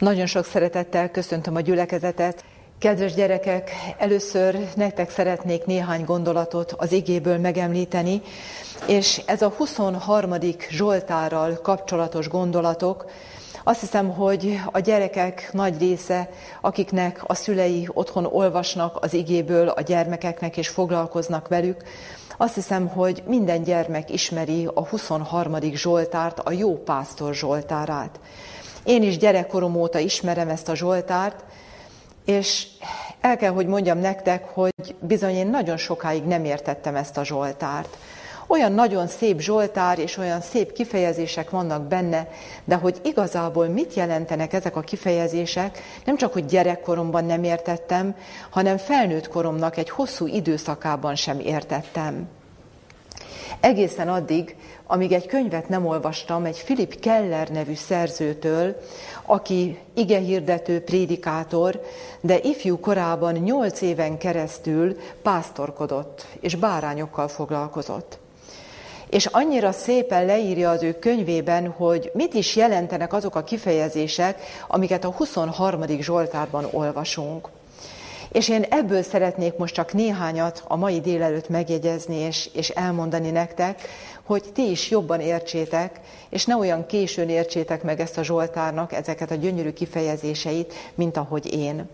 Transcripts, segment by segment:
Nagyon sok szeretettel köszöntöm a gyülekezetet. Kedves gyerekek, először nektek szeretnék néhány gondolatot az igéből megemlíteni, és ez a 23. Zsoltárral kapcsolatos gondolatok. Azt hiszem, hogy a gyerekek nagy része, akiknek a szülei otthon olvasnak az igéből a gyermekeknek és foglalkoznak velük, azt hiszem, hogy minden gyermek ismeri a 23. Zsoltárt, a jó pásztor Zsoltárát. Én is gyerekkorom óta ismerem ezt a Zsoltárt, és el kell, hogy mondjam nektek, hogy bizony én nagyon sokáig nem értettem ezt a Zsoltárt. Olyan nagyon szép Zsoltár és olyan szép kifejezések vannak benne, de hogy igazából mit jelentenek ezek a kifejezések, nem csak, hogy gyerekkoromban nem értettem, hanem felnőtt koromnak egy hosszú időszakában sem értettem. Egészen addig, amíg egy könyvet nem olvastam egy Philip Keller nevű szerzőtől, aki igehirdető, prédikátor, de ifjú korában 8 éven keresztül pásztorkodott és bárányokkal foglalkozott. És annyira szépen leírja az ő könyvében, hogy mit is jelentenek azok a kifejezések, amiket a 23. Zsoltárban olvasunk. És én ebből szeretnék most csak néhányat a mai délelőtt megjegyezni és elmondani nektek, hogy ti is jobban értsétek, és ne olyan későn értsétek meg ezt a Zsoltárnak, ezeket a gyönyörű kifejezéseit, mint ahogy én.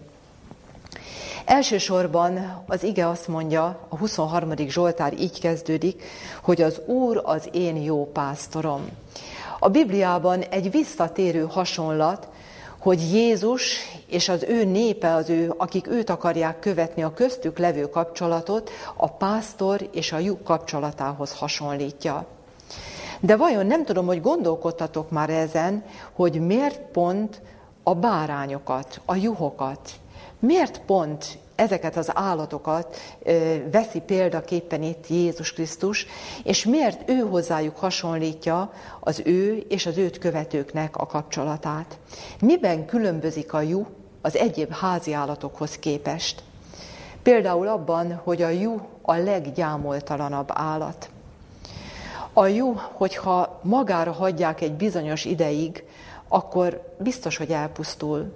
Elsősorban az ige azt mondja, a 23. Zsoltár így kezdődik, hogy az Úr az én jó pásztorom. A Bibliában egy visszatérő hasonlat, hogy Jézus és az ő népe, akik őt akarják követni, a köztük levő kapcsolatot a pásztor és a lyuk kapcsolatához hasonlítja. De vajon nem tudom, hogy gondolkodtatok már ezen, hogy miért pont a bárányokat, a juhokat, miért pont ezeket az állatokat veszi példaképpen itt Jézus Krisztus, és miért ő hozzájuk hasonlítja az ő és az őt követőknek a kapcsolatát. Miben különbözik a juh az egyéb házi állatokhoz képest? Például abban, hogy a juh a leggyámoltalanabb állat. A juh, hogyha magára hagyják egy bizonyos ideig, akkor biztos, hogy elpusztul.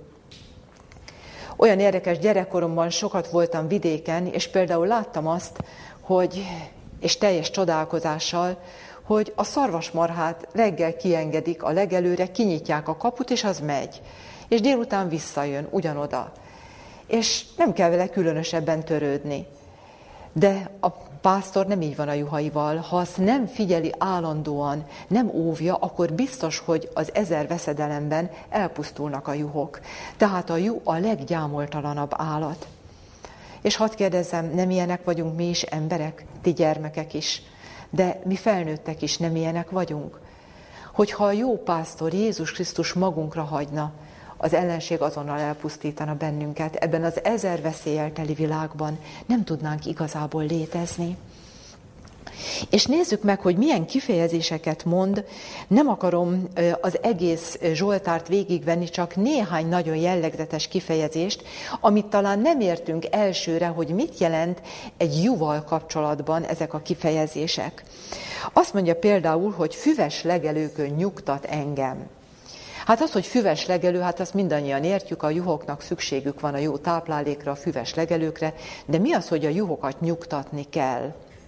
Olyan érdekes, gyerekkoromban sokat voltam vidéken, és például láttam azt, és teljes csodálkozással, hogy a szarvasmarhát reggel kiengedik a legelőre, kinyitják a kaput, és az megy. És délután visszajön ugyanoda. És nem kell vele különösebben törődni. De a pásztor nem így van a juhaival. Ha azt nem figyeli állandóan, nem óvja, akkor biztos, hogy az 1000 veszedelemben elpusztulnak a juhok. Tehát a juh a leggyámoltalanabb állat. És hadd kérdezzem, nem ilyenek vagyunk mi is emberek, ti gyermekek is, de mi felnőttek is nem ilyenek vagyunk. Hogyha a jó pásztor Jézus Krisztus magunkra hagyna, az ellenség azonnal elpusztítana bennünket. Ebben az 1000 veszéllyel teli világban nem tudnánk igazából létezni. És nézzük meg, hogy milyen kifejezéseket mond. Nem akarom az egész Zsoltárt végigvenni, csak néhány nagyon jellegzetes kifejezést, amit talán nem értünk elsőre, hogy mit jelent egy juhval kapcsolatban ezek a kifejezések. Azt mondja például, hogy füves legelőkön nyugtat engem. Hát az, hogy füves legelő, hát azt mindannyian értjük, a juhoknak szükségük van a jó táplálékra, a füves legelőkre, de mi az, hogy a juhokat nyugtatni kell?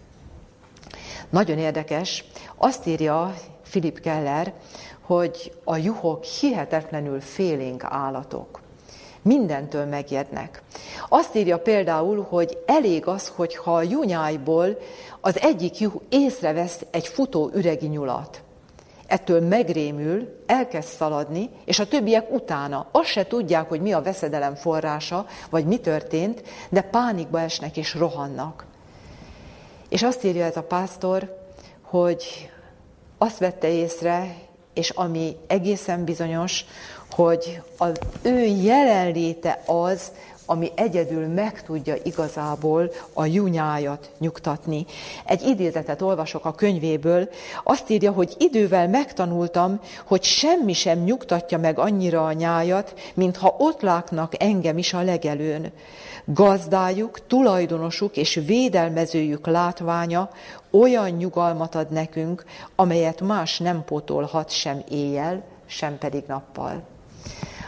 Nagyon érdekes, azt írja Philip Keller, hogy a juhok hihetetlenül félénk állatok. Mindentől megijednek. Azt írja például, hogy elég az, hogyha a juhnyájból az egyik juh észrevesz egy futó üregi nyulat. Ettől megrémül, elkezd szaladni, és a többiek utána. Azt se tudják, hogy mi a veszedelem forrása, vagy mi történt, de pánikba esnek és rohannak. És azt írja ez a pásztor, hogy azt vette észre, és ami egészen bizonyos, hogy az ő jelenléte az, ami egyedül meg tudja igazából a juhnyájat nyugtatni. Egy idézetet olvasok a könyvéből, azt írja, hogy idővel megtanultam, hogy semmi sem nyugtatja meg annyira a nyájat, mintha ott látnak engem is a legelőn. Gazdájuk, tulajdonosuk és védelmezőjük látványa olyan nyugalmat ad nekünk, amelyet más nem pótolhat sem éjjel, sem pedig nappal.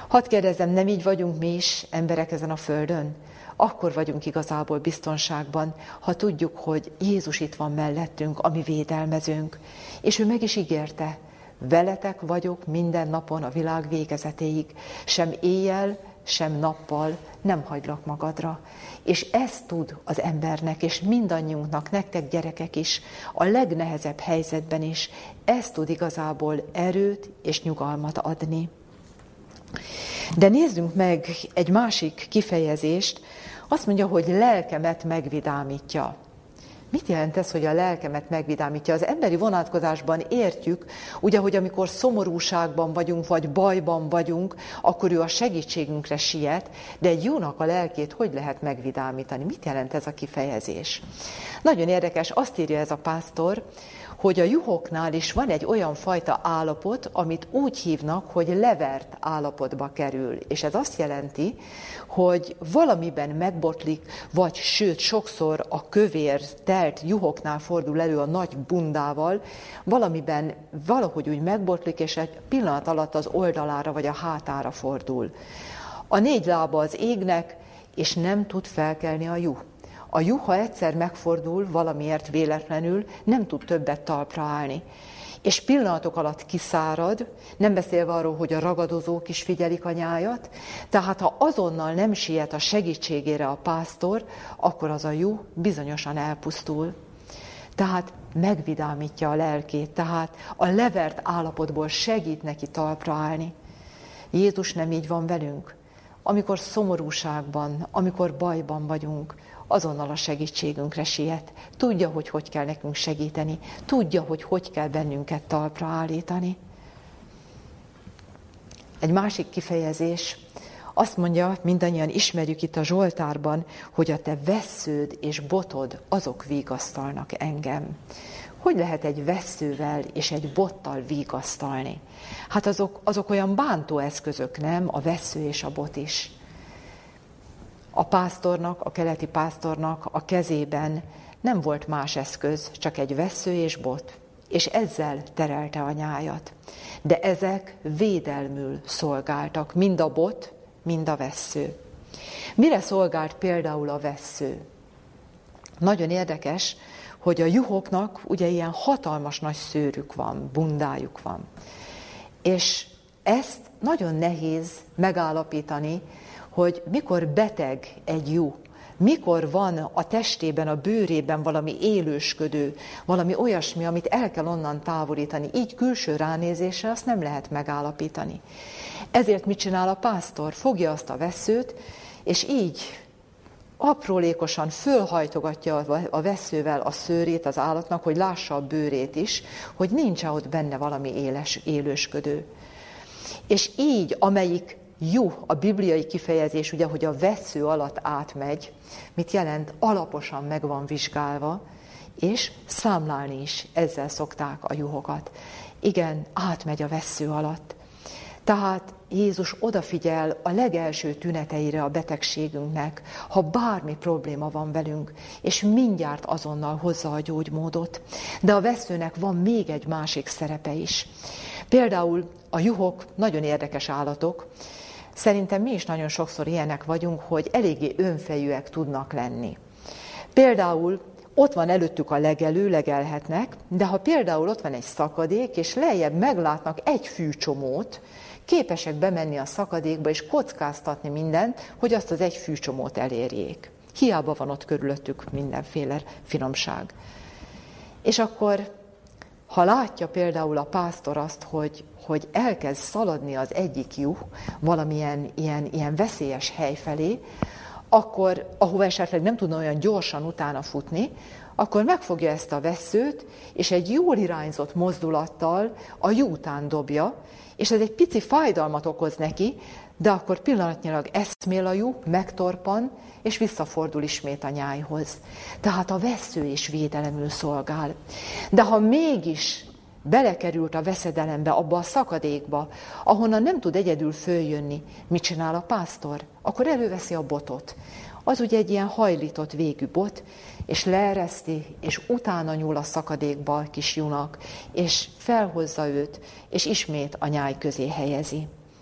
Hadd kérdezzem, nem így vagyunk mi is emberek ezen a földön? Akkor vagyunk igazából biztonságban, ha tudjuk, hogy Jézus itt van mellettünk, a mi védelmezőnk. És ő meg is ígérte, veletek vagyok minden napon a világ végezetéig, sem éjjel, sem nappal nem hagylak magadra. És ezt tud az embernek, és mindannyiunknak, nektek gyerekek is, a legnehezebb helyzetben is, ezt tud igazából erőt és nyugalmat adni. De nézzünk meg egy másik kifejezést, azt mondja, hogy lelkemet megvidámítja. Mit jelent ez, hogy a lelkemet megvidámítja? Az emberi vonatkozásban értjük, ugye, hogy amikor szomorúságban vagyunk, vagy bajban vagyunk, akkor ő a segítségünkre siet, de egy jónak a lelkét hogy lehet megvidámítani? Mit jelent ez a kifejezés? Nagyon érdekes, azt írja ez a pásztor, hogy a juhoknál is van egy olyan fajta állapot, amit úgy hívnak, hogy levert állapotba kerül. És ez azt jelenti, hogy valamiben megbotlik, vagy sőt, sokszor a kövér telt juhoknál fordul elő a nagy bundával, valamiben valahogy úgy megbotlik, és egy pillanat alatt az oldalára vagy a hátára fordul. A 4 lába az égnek, és nem tud felkelni a juh. A juh, ha egyszer megfordul valamiért véletlenül, nem tud többet talpra állni. És pillanatok alatt kiszárad, nem beszélve arról, hogy a ragadozók is figyelik a nyájat, tehát ha azonnal nem siet a segítségére a pásztor, akkor az a juh bizonyosan elpusztul. Tehát megvidámítja a lelkét, tehát a levert állapotból segít neki talpra állni. Jézus nem így van velünk. Amikor szomorúságban, amikor bajban vagyunk, azonnal a segítségünkre siet. Tudja, hogy kell nekünk segíteni. Tudja, hogy kell bennünket talpra állítani. Egy másik kifejezés, azt mondja, mindannyian ismerjük itt a Zsoltárban, hogy a te vessződ és botod, azok vigasztalnak engem. Hogy lehet egy vesszővel és egy bottal vigasztalni? Hát azok olyan bántó eszközök, nem? A vessző és a bot is. A pásztornak, a keleti pásztornak a kezében nem volt más eszköz, csak egy vessző és bot, és ezzel terelte a nyájat. De ezek védelmül szolgáltak, mind a bot, mind a vessző. Mire szolgált például a vessző? Nagyon érdekes, hogy a juhoknak ugye ilyen hatalmas nagy szőrük van, bundájuk van. És ezt nagyon nehéz megállapítani, hogy mikor beteg egy juh, mikor van a testében, a bőrében valami élősködő, valami olyasmi, amit el kell onnan távolítani. Így külső ránézésre azt nem lehet megállapítani. Ezért mit csinál a pásztor? Fogja azt a vesszőt, és így aprólékosan fölhajtogatja a vesszővel a szőrét az állatnak, hogy lássa a bőrét is, hogy nincs ott benne valami élősködő. És így, amelyik juh, a bibliai kifejezés, ugye, hogy a vessző alatt átmegy, mit jelent? Alaposan meg van vizsgálva, és számlálni is, ezzel szokták a juhokat. Igen, átmegy a vessző alatt. Tehát Jézus odafigyel a legelső tüneteire a betegségünknek, ha bármi probléma van velünk, és mindjárt azonnal hozza a gyógymódot. De a vesszőnek van még egy másik szerepe is. Például a juhok nagyon érdekes állatok. Szerintem mi is nagyon sokszor ilyenek vagyunk, hogy eléggé önfejűek tudnak lenni. Például ott van előttük a legelő, legelhetnek, de ha például ott van egy szakadék, és lejjebb meglátnak egy fűcsomót, képesek bemenni a szakadékba és kockáztatni mindent, hogy azt az egy fűcsomót elérjék. Hiába van ott körülöttük mindenféle finomság. És akkor, ha látja például a pásztor azt, hogy elkezd szaladni az egyik juh valamilyen ilyen veszélyes hely felé, akkor, ahova esetleg nem tudna olyan gyorsan utána futni, akkor megfogja ezt a vesszőt, és egy jól irányzott mozdulattal a juh után dobja, és ez egy pici fájdalmat okoz neki, de akkor pillanatnyilag eszmél a juh, megtorpan, és visszafordul ismét a nyájhoz. Tehát a vessző is védelemül szolgál. De ha mégis belekerült a veszedelembe, abba a szakadékba, ahonnan nem tud egyedül följönni, mit csinál a pásztor? Akkor előveszi a botot. Az ugye egy ilyen hajlított végű bot, és leereszti, és utána nyúl a szakadékba a kis juhnak, és felhozza őt, és ismét a nyáj közé helyezi.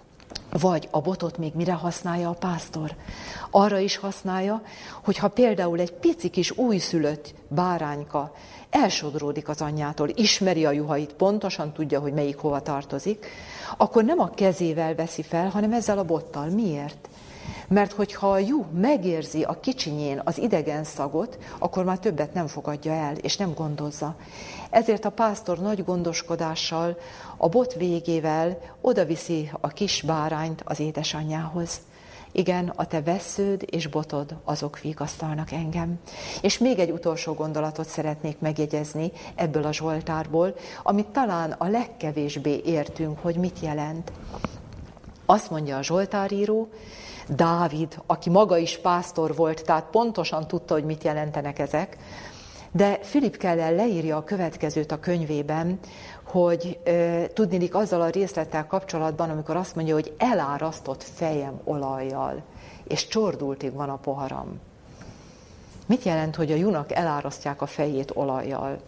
Vagy a botot még mire használja a pásztor? Arra is használja, hogyha például egy pici kis újszülött bárányka elsodródik az anyjától, ismeri a juhait, pontosan tudja, hogy melyik hova tartozik, akkor nem a kezével veszi fel, hanem ezzel a bottal. Miért? Mert hogyha a juh megérzi a kicsinyén az idegen szagot, akkor már többet nem fogadja el, és nem gondozza. Ezért a pásztor nagy gondoskodással, a bot végével odaviszi a kis bárányt az édesanyjához. Igen, a te vessződ és botod, azok vigasztalnak engem. És még egy utolsó gondolatot szeretnék megjegyezni ebből a Zsoltárból, amit talán a legkevésbé értünk, hogy mit jelent. Azt mondja a Zsoltáríró, Dávid, aki maga is pásztor volt, tehát pontosan tudta, hogy mit jelentenek ezek, de Philip Keller leírja a következőt a könyvében, hogy tudniillik azzal a részlettel kapcsolatban, amikor azt mondja, hogy elárasztott fejem olajjal, és csordultig van a poharam. Mit jelent, hogy a juhnak elárasztják a fejét olajjal?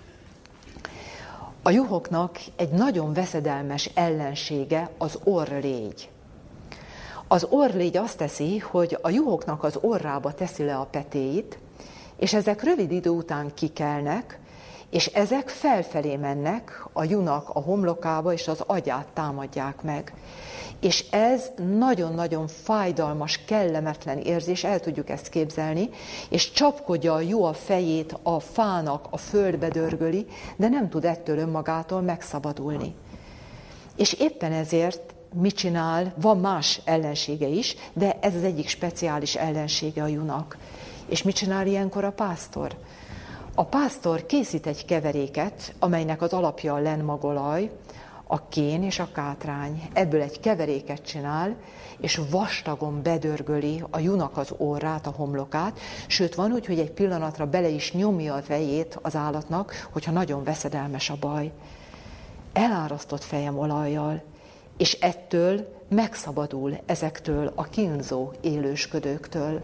A juhoknak egy nagyon veszedelmes ellensége az orrlégy. Az orrlégy azt teszi, hogy a juhoknak az orrába teszi le a petéit, és ezek rövid idő után kikelnek, és ezek felfelé mennek a juhnak a homlokába, és az agyát támadják meg. És ez nagyon-nagyon fájdalmas, kellemetlen érzés, el tudjuk ezt képzelni, és csapkodja a juh a fejét a fának, a földbe dörgöli, de nem tud ettől önmagától megszabadulni. És éppen ezért mit csinál? Van más ellensége is, de ez az egyik speciális ellensége a juhnak. És mit csinál ilyenkor a pásztor? A pásztor készít egy keveréket, amelynek az alapja a lenmagolaj, a kén és a kátrány. Ebből egy keveréket csinál, és vastagon bedörgöli a juhnak az orrát, a homlokát, sőt van úgy, hogy egy pillanatra bele is nyomja a fejét az állatnak, hogyha nagyon veszedelmes a baj. Elárasztott fejem olajjal, és ettől megszabadul ezektől a kínzó élősködőktől.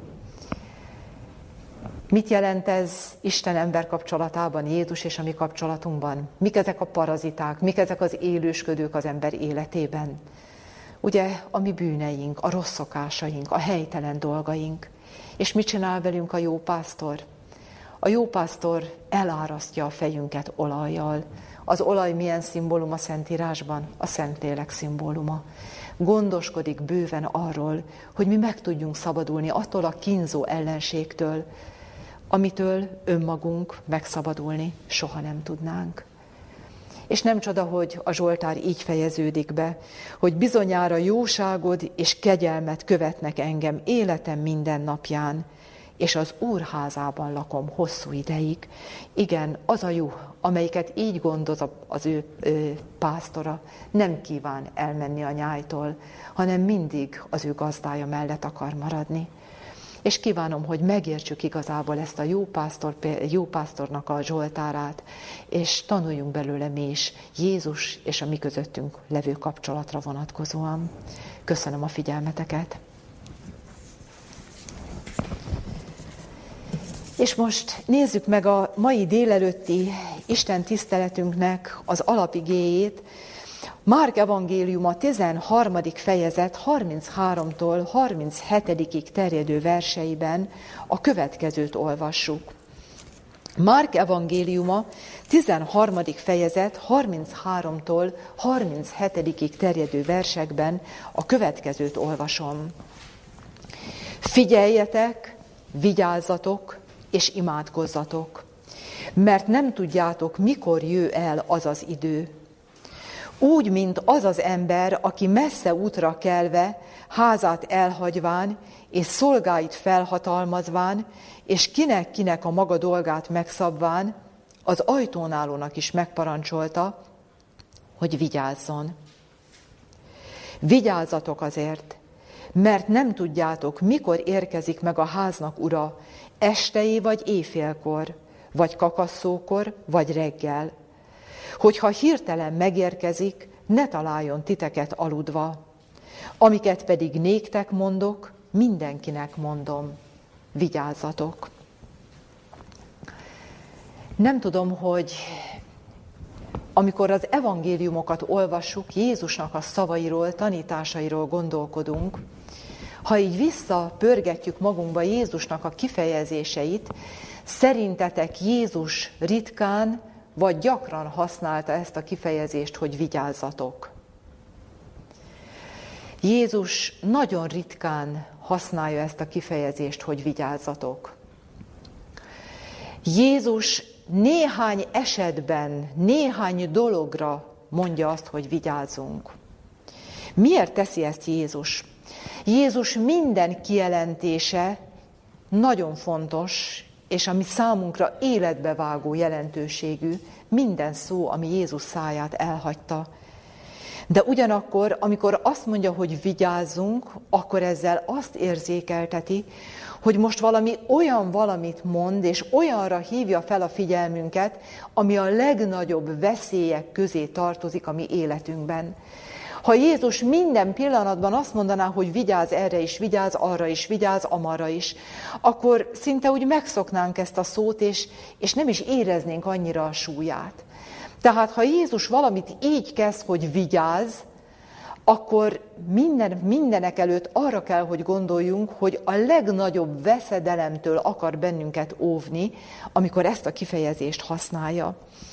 Mit jelent ez Isten-ember kapcsolatában, Jézus és a mi kapcsolatunkban? Mik ezek a paraziták, mik ezek az élősködők az ember életében? Ugye a mi bűneink, a rossz szokásaink, a helytelen dolgaink. És mit csinál velünk a jó pásztor? A jó pásztor elárasztja a fejünket olajjal. Az olaj milyen szimbólum a Szentírásban? A Szentlélek szimbóluma. Gondoskodik bőven arról, hogy mi meg tudjunk szabadulni attól a kínzó ellenségtől, amitől önmagunk megszabadulni soha nem tudnánk. És nem csoda, hogy a Zsoltár így fejeződik be, hogy bizonyára jóságod és kegyelmet követnek engem életem minden napján, és az Úr házában lakom hosszú ideig. Igen, az a juh, amelyiket így gondoz az ő pásztora, nem kíván elmenni a nyájtól, hanem mindig az ő gazdája mellett akar maradni. És kívánom, hogy megértsük igazából ezt a jó pásztornak a Zsoltárát, és tanuljunk belőle mi is Jézus és a mi közöttünk levő kapcsolatra vonatkozóan. Köszönöm a figyelmeteket! És most nézzük meg a mai délelőtti Isten tiszteletünknek az alapigéjét. Márk evangéliuma 13. fejezet 33-tól 37-ig terjedő verseiben a következőt olvassuk. Márk evangéliuma 13. fejezet 33-tól 37-ig terjedő versekben a következőt olvasom. Figyeljetek, vigyázzatok és imádkozzatok, mert nem tudjátok, mikor jő el az az idő. Úgy, mint az az ember, aki messze útra kelve, házát elhagyván, és szolgáit felhatalmazván, és kinek-kinek a maga dolgát megszabván, az ajtónálónak is megparancsolta, hogy vigyázzon. Vigyázzatok azért, mert nem tudjátok, mikor érkezik meg a háznak ura, estei vagy éjfélkor, vagy kakasszókor, vagy reggel. Hogyha hirtelen megérkezik, ne találjon titeket aludva. Amiket pedig néktek mondok, mindenkinek mondom, vigyázzatok. Nem tudom, hogy amikor az evangéliumokat olvassuk, Jézusnak a szavairól, tanításairól gondolkodunk, ha így visszapörgetjük magunkba Jézusnak a kifejezéseit, szerintetek Jézus ritkán vagy gyakran használta ezt a kifejezést, hogy vigyázzatok? Jézus nagyon ritkán használja ezt a kifejezést, hogy vigyázzatok. Jézus néhány esetben, néhány dologra mondja azt, hogy vigyázzunk. Miért teszi ezt Jézus? Jézus minden kijelentése nagyon fontos, és ami számunkra életbevágó jelentőségű, minden szó, ami Jézus száját elhagyta. De ugyanakkor, amikor azt mondja, hogy vigyázzunk, akkor ezzel azt érzékelteti, hogy most valami olyan valamit mond, és olyanra hívja fel a figyelmünket, ami a legnagyobb veszélyek közé tartozik a mi életünkben. Ha Jézus minden pillanatban azt mondaná, hogy vigyázz erre is, vigyázz arra is, vigyázz amarra is, akkor szinte úgy megszoknánk ezt a szót, és nem is éreznénk annyira a súlyát. Tehát ha Jézus valamit így kezd, hogy vigyázz, akkor mindenek előtt arra kell, hogy gondoljunk, hogy a legnagyobb veszedelemtől akar bennünket óvni, amikor ezt a kifejezést használja.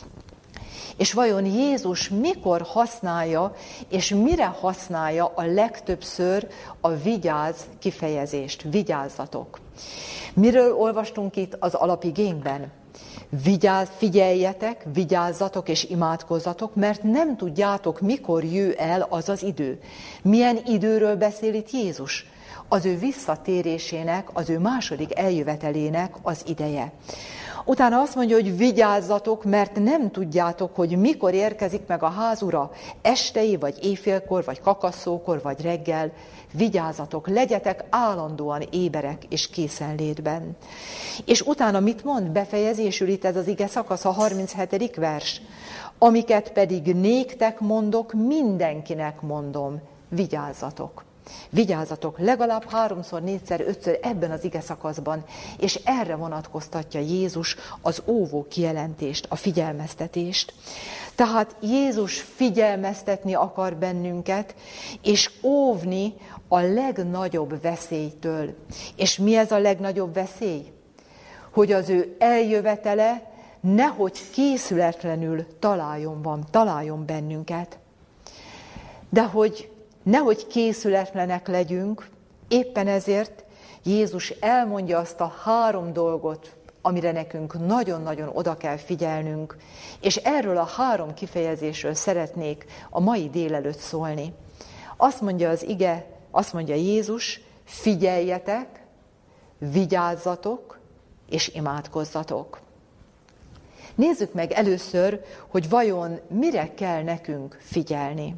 És vajon Jézus mikor használja, és mire használja a legtöbbször a vigyázz kifejezést? Vigyázzatok. Miről olvastunk itt az alapigényben? Figyeljetek, vigyázzatok és imádkozzatok, mert nem tudjátok, mikor jön el az az idő. Milyen időről beszél itt Jézus? Az ő visszatérésének, az ő második eljövetelének az ideje. Utána azt mondja, hogy vigyázzatok, mert nem tudjátok, hogy mikor érkezik meg a házura, estei, vagy éjfélkor, vagy kakaszókor, vagy reggel. Vigyázzatok, legyetek állandóan éberek és készenlétben. És utána mit mond? Befejezésül itt ez az ige szakasz, a 37. vers. Amiket pedig néktek mondok, mindenkinek mondom, vigyázzatok. Vigyázzatok legalább 3-szor, 4-szer, 5-ször ebben az ige szakaszban, és erre vonatkoztatja Jézus az óvó kijelentést, a figyelmeztetést. Tehát Jézus figyelmeztetni akar bennünket, és óvni a legnagyobb veszélytől. És mi ez a legnagyobb veszély? Hogy az ő eljövetele nehogy készületlenül találjon bennünket. De hogy nehogy készületlenek legyünk, éppen ezért Jézus elmondja azt a 3 dolgot, amire nekünk nagyon-nagyon oda kell figyelnünk, és erről a 3 kifejezésről szeretnék a mai délelőtt szólni. Azt mondja az ige, azt mondja Jézus, figyeljetek, vigyázzatok és imádkozzatok. Nézzük meg először, hogy vajon mire kell nekünk figyelni.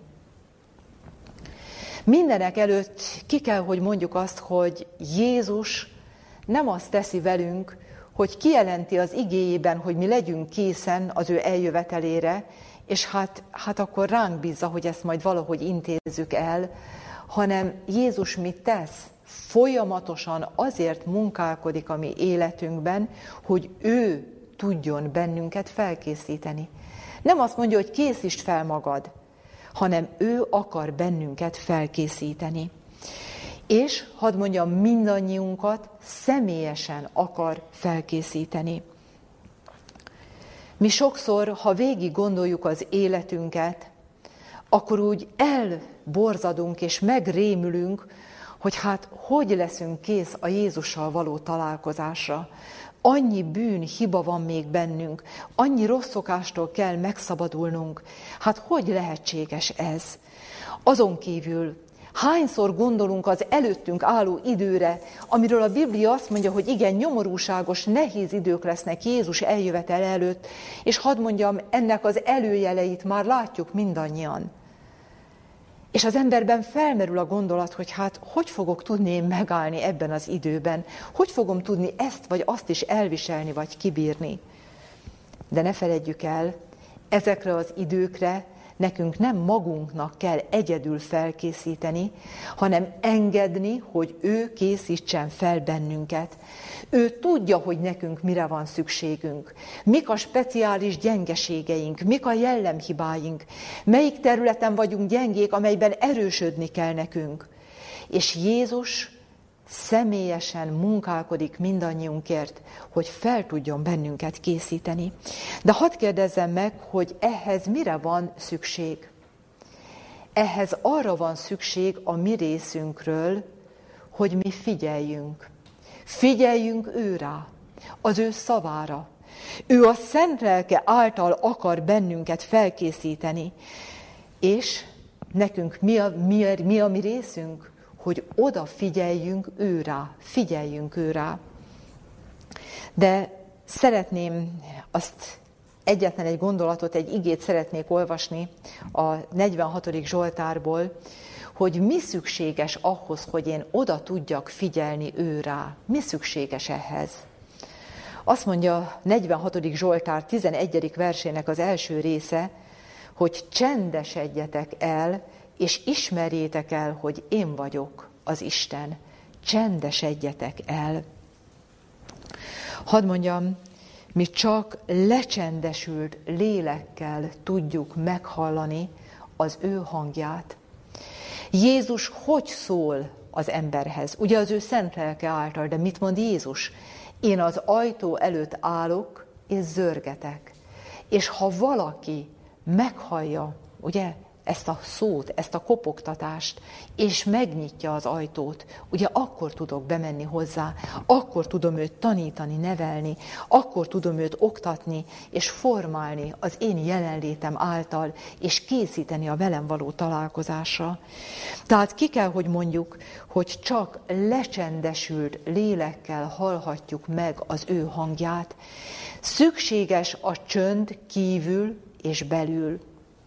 Mindenek előtt ki kell, hogy mondjuk azt, hogy Jézus nem azt teszi velünk, hogy kijelenti az igéjében, hogy mi legyünk készen az ő eljövetelére, és hát akkor ránk bízza, hogy ezt majd valahogy intézzük el, hanem Jézus mit tesz? Folyamatosan azért munkálkodik a mi életünkben, hogy ő tudjon bennünket felkészíteni. Nem azt mondja, hogy készítsd fel magad, hanem ő akar bennünket felkészíteni. És, hadd mondjam, mindannyiunkat személyesen akar felkészíteni. Mi sokszor, ha végig gondoljuk az életünket, akkor úgy elborzadunk és megrémülünk, hogy hát hogy leszünk kész a Jézussal való találkozásra. Annyi bűn, hiba van még bennünk, annyi rossz szokástól kell megszabadulnunk. Hát hogy lehetséges ez? Azon kívül hányszor gondolunk az előttünk álló időre, amiről a Biblia azt mondja, hogy igen, nyomorúságos, nehéz idők lesznek Jézus eljövetel előtt, és hadd mondjam, ennek az előjeleit már látjuk mindannyian. És az emberben felmerül a gondolat, hogy hát hogy fogok tudni én megállni ebben az időben? Hogy fogom tudni ezt vagy azt is elviselni vagy kibírni? De ne feledjük el, ezekre az időkre nekünk nem magunknak kell egyedül felkészíteni, hanem engedni, hogy ő készítsen fel bennünket. Ő tudja, hogy nekünk mire van szükségünk, mik a speciális gyengeségeink, mik a jellemhibáink, melyik területen vagyunk gyengék, amelyben erősödni kell nekünk. És Jézus személyesen munkálkodik mindannyiunkért, hogy fel tudjon bennünket készíteni. De hadd kérdezzem meg, hogy ehhez mire van szükség? Ehhez arra van szükség a mi részünkről, hogy mi figyeljünk. Figyeljünk ő rá, az ő szavára. Ő a Szent Lelke által akar bennünket felkészíteni. És nekünk mi a mi részünk? Hogy odafigyeljünk ő rá, figyeljünk ő rá. De szeretném azt, egyetlen egy gondolatot, egy igét szeretnék olvasni a 46. Zsoltárból, hogy mi szükséges ahhoz, hogy én oda tudjak figyelni ő rá. Mi szükséges ehhez? Azt mondja 46. Zsoltár 11. versének az első része, hogy csendesedjetek el, és ismerjétek el, hogy én vagyok az Isten. Csendesedjetek el. Hadd mondjam, mi csak lecsendesült lélekkel tudjuk meghallani az ő hangját. Jézus hogy szól az emberhez? Ugye az ő szent lelke által, de mit mond Jézus? Én az ajtó előtt állok, és zörgetek. És ha valaki meghallja, ugye, ezt a szót, ezt a kopogtatást, és megnyitja az ajtót, ugye akkor tudok bemenni hozzá, akkor tudom őt tanítani, nevelni, akkor tudom őt oktatni, és formálni az én jelenlétem által, és készíteni a velem való találkozásra. Tehát ki kell, hogy mondjuk, hogy csak lecsendesült lélekkel hallhatjuk meg az ő hangját. Szükséges a csönd kívül és belül.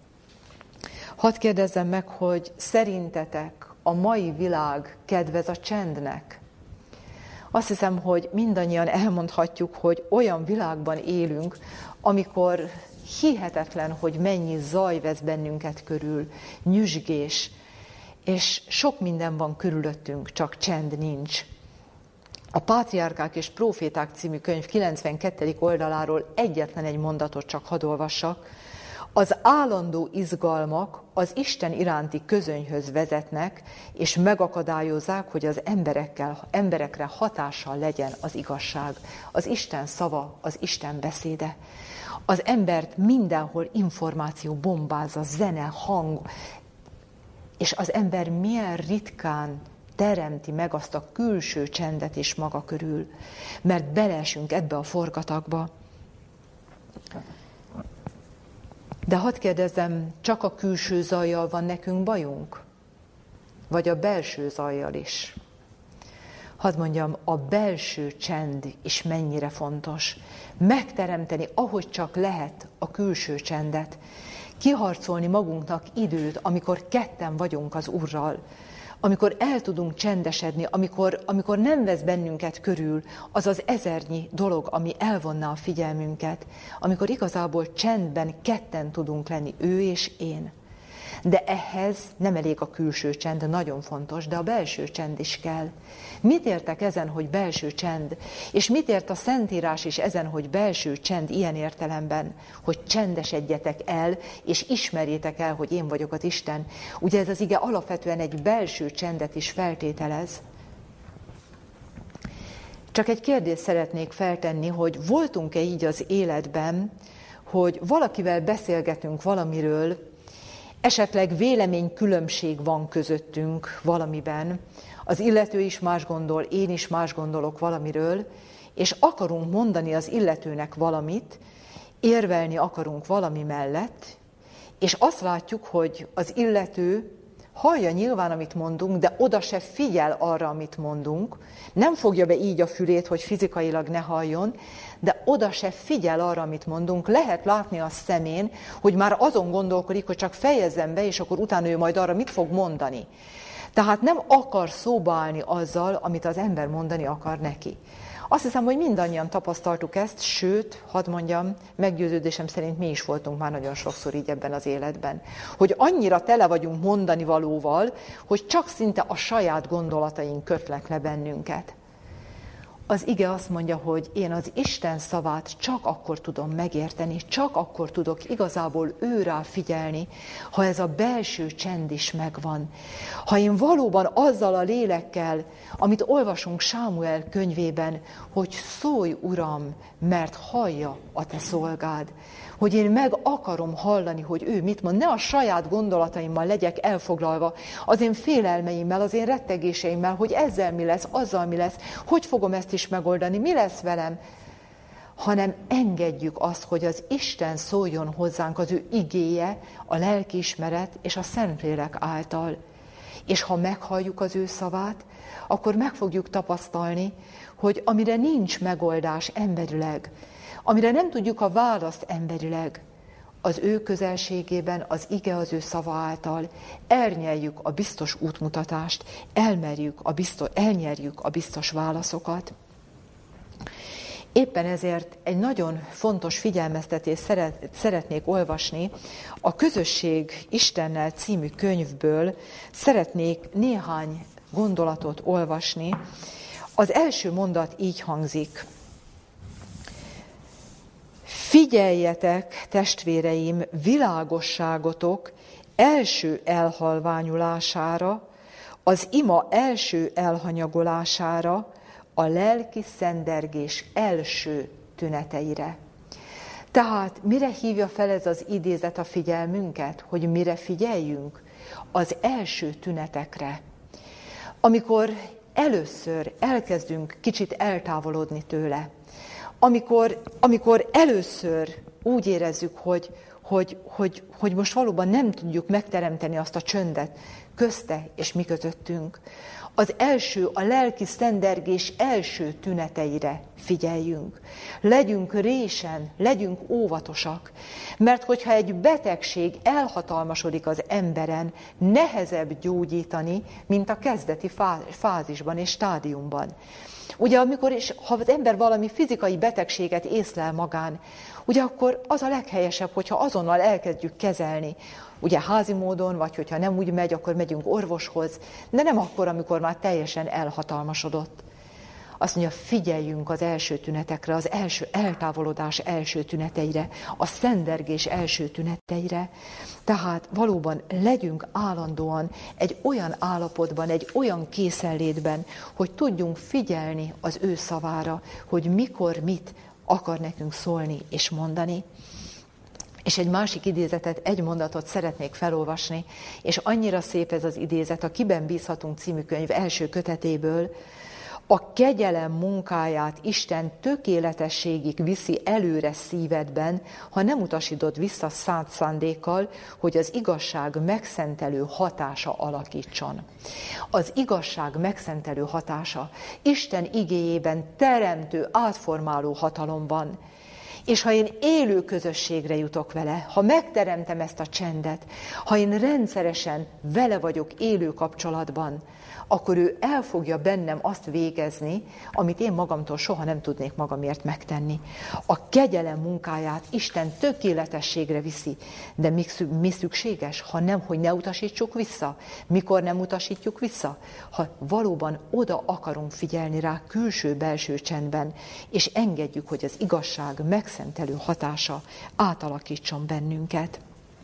Hadd kérdezzem meg, hogy szerintetek a mai világ kedvez a csendnek? Azt hiszem, hogy mindannyian elmondhatjuk, hogy olyan világban élünk, amikor hihetetlen, hogy mennyi zaj vesz bennünket körül, nyüzsgés, és sok minden van körülöttünk, csak csend nincs. A Pátriárkák és Próféták című könyv 92. oldaláról egyetlen egy mondatot csak hadd olvassak. Az állandó izgalmak az Isten iránti közönyhöz vezetnek, és megakadályozzák, hogy az emberekre hatással legyen az igazság. Az Isten szava, az Isten beszéde. Az embert mindenhol információ bombázza, zene, hang, és az ember milyen ritkán teremti meg azt a külső csendet is maga körül, mert beleesünk ebbe a forgatagba. De hadd kérdezzem, csak a külső zajjal van nekünk bajunk? Vagy a belső zajjal is? Hadd mondjam, a belső csend is mennyire fontos. Megteremteni, ahogy csak lehet, a külső csendet. Kiharcolni magunknak időt, amikor ketten vagyunk az Úrral. Amikor el tudunk csendesedni, amikor nem vesz bennünket körül az az ezernyi dolog, ami elvonná a figyelmünket, amikor igazából csendben ketten tudunk lenni, ő és én. De ehhez nem elég a külső csend, nagyon fontos, de a belső csend is kell. Mit értek ezen, hogy belső csend? És mit ért a Szentírás is ezen, hogy belső csend ilyen értelemben, hogy csendesedjetek el, és ismerjétek el, hogy én vagyok az Isten. Ugye ez az ige alapvetően egy belső csendet is feltételez. Csak egy kérdést szeretnék feltenni, hogy voltunk-e így az életben, hogy valakivel beszélgetünk valamiről, esetleg véleménykülönbség van közöttünk valamiben, az illető is más gondol, én is más gondolok valamiről, és akarunk mondani az illetőnek valamit, érvelni akarunk valami mellett, és azt látjuk, hogy az illető hallja nyilván, amit mondunk, de oda se figyel arra, amit mondunk, nem fogja be így a fülét, hogy fizikailag ne halljon, de oda se figyel arra, amit mondunk. Lehet látni a szemén, hogy már azon gondolkodik, hogy csak fejezzem be, és akkor utána ő majd arra mit fog mondani. Tehát nem akar szóba állni azzal, amit az ember mondani akar neki. Azt hiszem, hogy mindannyian tapasztaltuk ezt, sőt, hadd mondjam, meggyőződésem szerint mi is voltunk már nagyon sokszor így ebben az életben. Hogy annyira tele vagyunk mondani valóval, hogy csak szinte a saját gondolataink kötnek le bennünket. Az ige azt mondja, hogy én az Isten szavát csak akkor tudom megérteni, csak akkor tudok igazából őrá figyelni, ha ez a belső csend is megvan. Ha én valóban azzal a lélekkel, amit olvasunk Sámuel könyvében, hogy szólj, Uram, mert hallja a te szolgád. Hogy én meg akarom hallani, hogy ő mit mond. Ne a saját gondolataimmal legyek elfoglalva, az én félelmeimmel, az én rettegéseimmel, hogy ezzel mi lesz, azzal mi lesz, hogy fogom ezt is megoldani, mi lesz velem, hanem engedjük azt, hogy az Isten szóljon hozzánk az ő igéje, a lelkiismeret és a Szentlélek által. És ha meghalljuk az ő szavát, akkor meg fogjuk tapasztalni, hogy amire nincs megoldás emberileg, amire nem tudjuk a választ emberileg, az ő közelségében, az ige az ő szava által elnyeljük a biztos útmutatást, elnyerjük a biztos válaszokat. Éppen ezért egy nagyon fontos figyelmeztetést szeretnék olvasni. A Közösség Istennel című könyvből szeretnék néhány gondolatot olvasni. Az első mondat így hangzik. Figyeljetek, testvéreim, világosságotok első elhalványulására, az ima első elhanyagolására, a lelki szendergés első tüneteire. Tehát mire hívja fel ez az idézet a figyelmünket? Hogy mire figyeljünk? Az első tünetekre. Amikor először elkezdünk kicsit eltávolodni tőle, amikor először úgy érezzük, hogy most valóban nem tudjuk megteremteni azt a csöndet közte és mi közöttünk, az első, a lelki szendergés első tüneteire figyeljünk. Legyünk résen, legyünk óvatosak, mert hogyha egy betegség elhatalmasodik az emberen, nehezebb gyógyítani, mint a kezdeti fázisban és stádiumban. Ugye ha az ember valami fizikai betegséget észlel magán, ugye akkor az a leghelyesebb, hogyha azonnal elkezdjük kezelni. Ugye házi módon, vagy hogyha nem úgy megy, akkor megyünk orvoshoz, de nem akkor, amikor már teljesen elhatalmasodott. Azt mondja, figyeljünk az első tünetekre, az első eltávolodás első tüneteire, a szendergés első tüneteire. Tehát valóban legyünk állandóan egy olyan állapotban, egy olyan készenlétben, hogy tudjunk figyelni az ő szavára, hogy mikor mit akar nekünk szólni és mondani. És egy másik idézetet, egy mondatot szeretnék felolvasni, és annyira szép ez az idézet, a Kiben bízhatunk című könyv első kötetéből. A kegyelem munkáját Isten tökéletességig viszi előre szívedben, ha nem utasítod vissza szánt szándékkal, hogy az igazság megszentelő hatása alakítson. Az igazság megszentelő hatása Isten igéjében teremtő, átformáló hatalom van. És ha én élő közösségre jutok vele, ha megteremtem ezt a csendet, ha én rendszeresen vele vagyok élő kapcsolatban, akkor ő el fogja bennem azt végezni, amit én magamtól soha nem tudnék magamért megtenni. A kegyelem munkáját Isten tökéletességre viszi, de mi szükséges, ha nem, hogy ne utasítsuk vissza? Mikor nem utasítjuk vissza? Ha valóban oda akarunk figyelni rá külső-belső csendben, és engedjük, hogy az igazság megszentelő hatása átalakítson bennünket.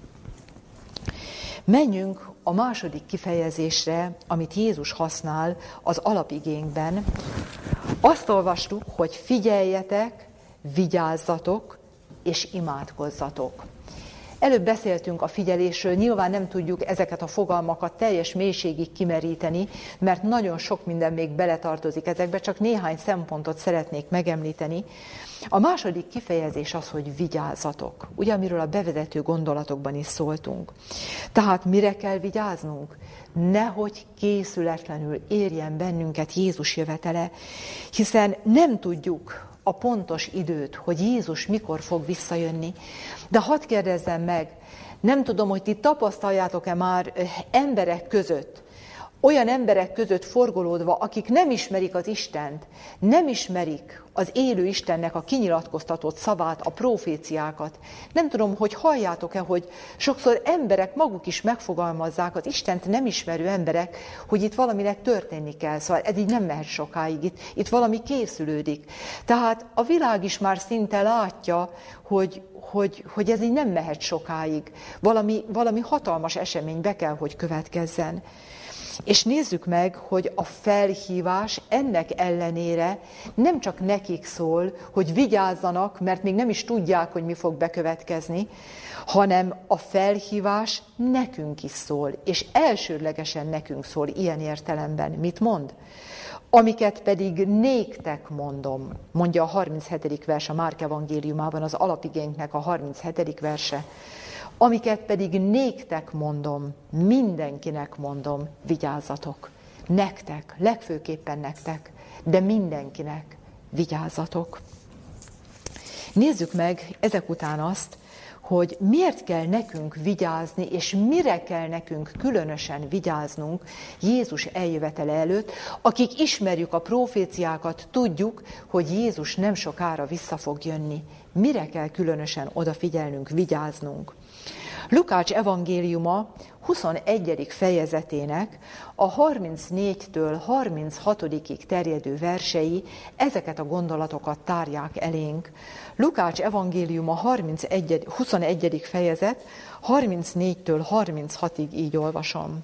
Menjünk a második kifejezésre, amit Jézus használ az alapigénkben. Azt olvastuk, hogy figyeljetek, vigyázzatok és imádkozzatok. Előbb beszéltünk a figyelésről, nyilván nem tudjuk ezeket a fogalmakat teljes mélységig kimeríteni, mert nagyon sok minden még beletartozik ezekbe, csak néhány szempontot szeretnék megemlíteni. A második kifejezés az, hogy vigyázzatok, ugye, amiről a bevezető gondolatokban is szóltunk. Tehát mire kell vigyáznunk? Nehogy készületlenül érjen bennünket Jézus jövetele, hiszen nem tudjuk a pontos időt, hogy Jézus mikor fog visszajönni. De hadd kérdezzem meg, nem tudom, hogy ti tapasztaljátok-e már emberek között, olyan emberek között forgolódva, akik nem ismerik az Istent, nem ismerik az élő Istennek a kinyilatkoztatott szavát, a proféciákat. Nem tudom, hogy halljátok-e, hogy sokszor emberek maguk is megfogalmazzák, az Istent nem ismerő emberek, hogy itt valaminek történni kell. Szóval ez így nem mehet sokáig, itt valami készülődik. Tehát a világ is már szinte látja, hogy ez így nem mehet sokáig. Valami hatalmas esemény be kell, hogy következzen. És nézzük meg, hogy a felhívás ennek ellenére nem csak nekik szól, hogy vigyázzanak, mert még nem is tudják, hogy mi fog bekövetkezni, hanem a felhívás nekünk is szól, és elsődlegesen nekünk szól ilyen értelemben. Mit mond? Amiket pedig néktek mondom, mondja a 37. vers a Márk evangéliumában, az alapigénknek a 37. verse. Amiket pedig néktek mondom, mindenkinek mondom, vigyázzatok. Nektek, legfőképpen nektek, de mindenkinek vigyázzatok. Nézzük meg ezek után azt, hogy miért kell nekünk vigyázni, és mire kell nekünk különösen vigyáznunk Jézus eljövetele előtt, akik ismerjük a proféciákat, tudjuk, hogy Jézus nem sokára vissza fog jönni. Mire kell különösen odafigyelnünk, vigyáznunk? Lukács evangéliuma 21. fejezetének a 34-től 36-ig terjedő versei ezeket a gondolatokat tárják elénk. Lukács evangéliuma 21. fejezet, 34-től 36-ig így olvasom.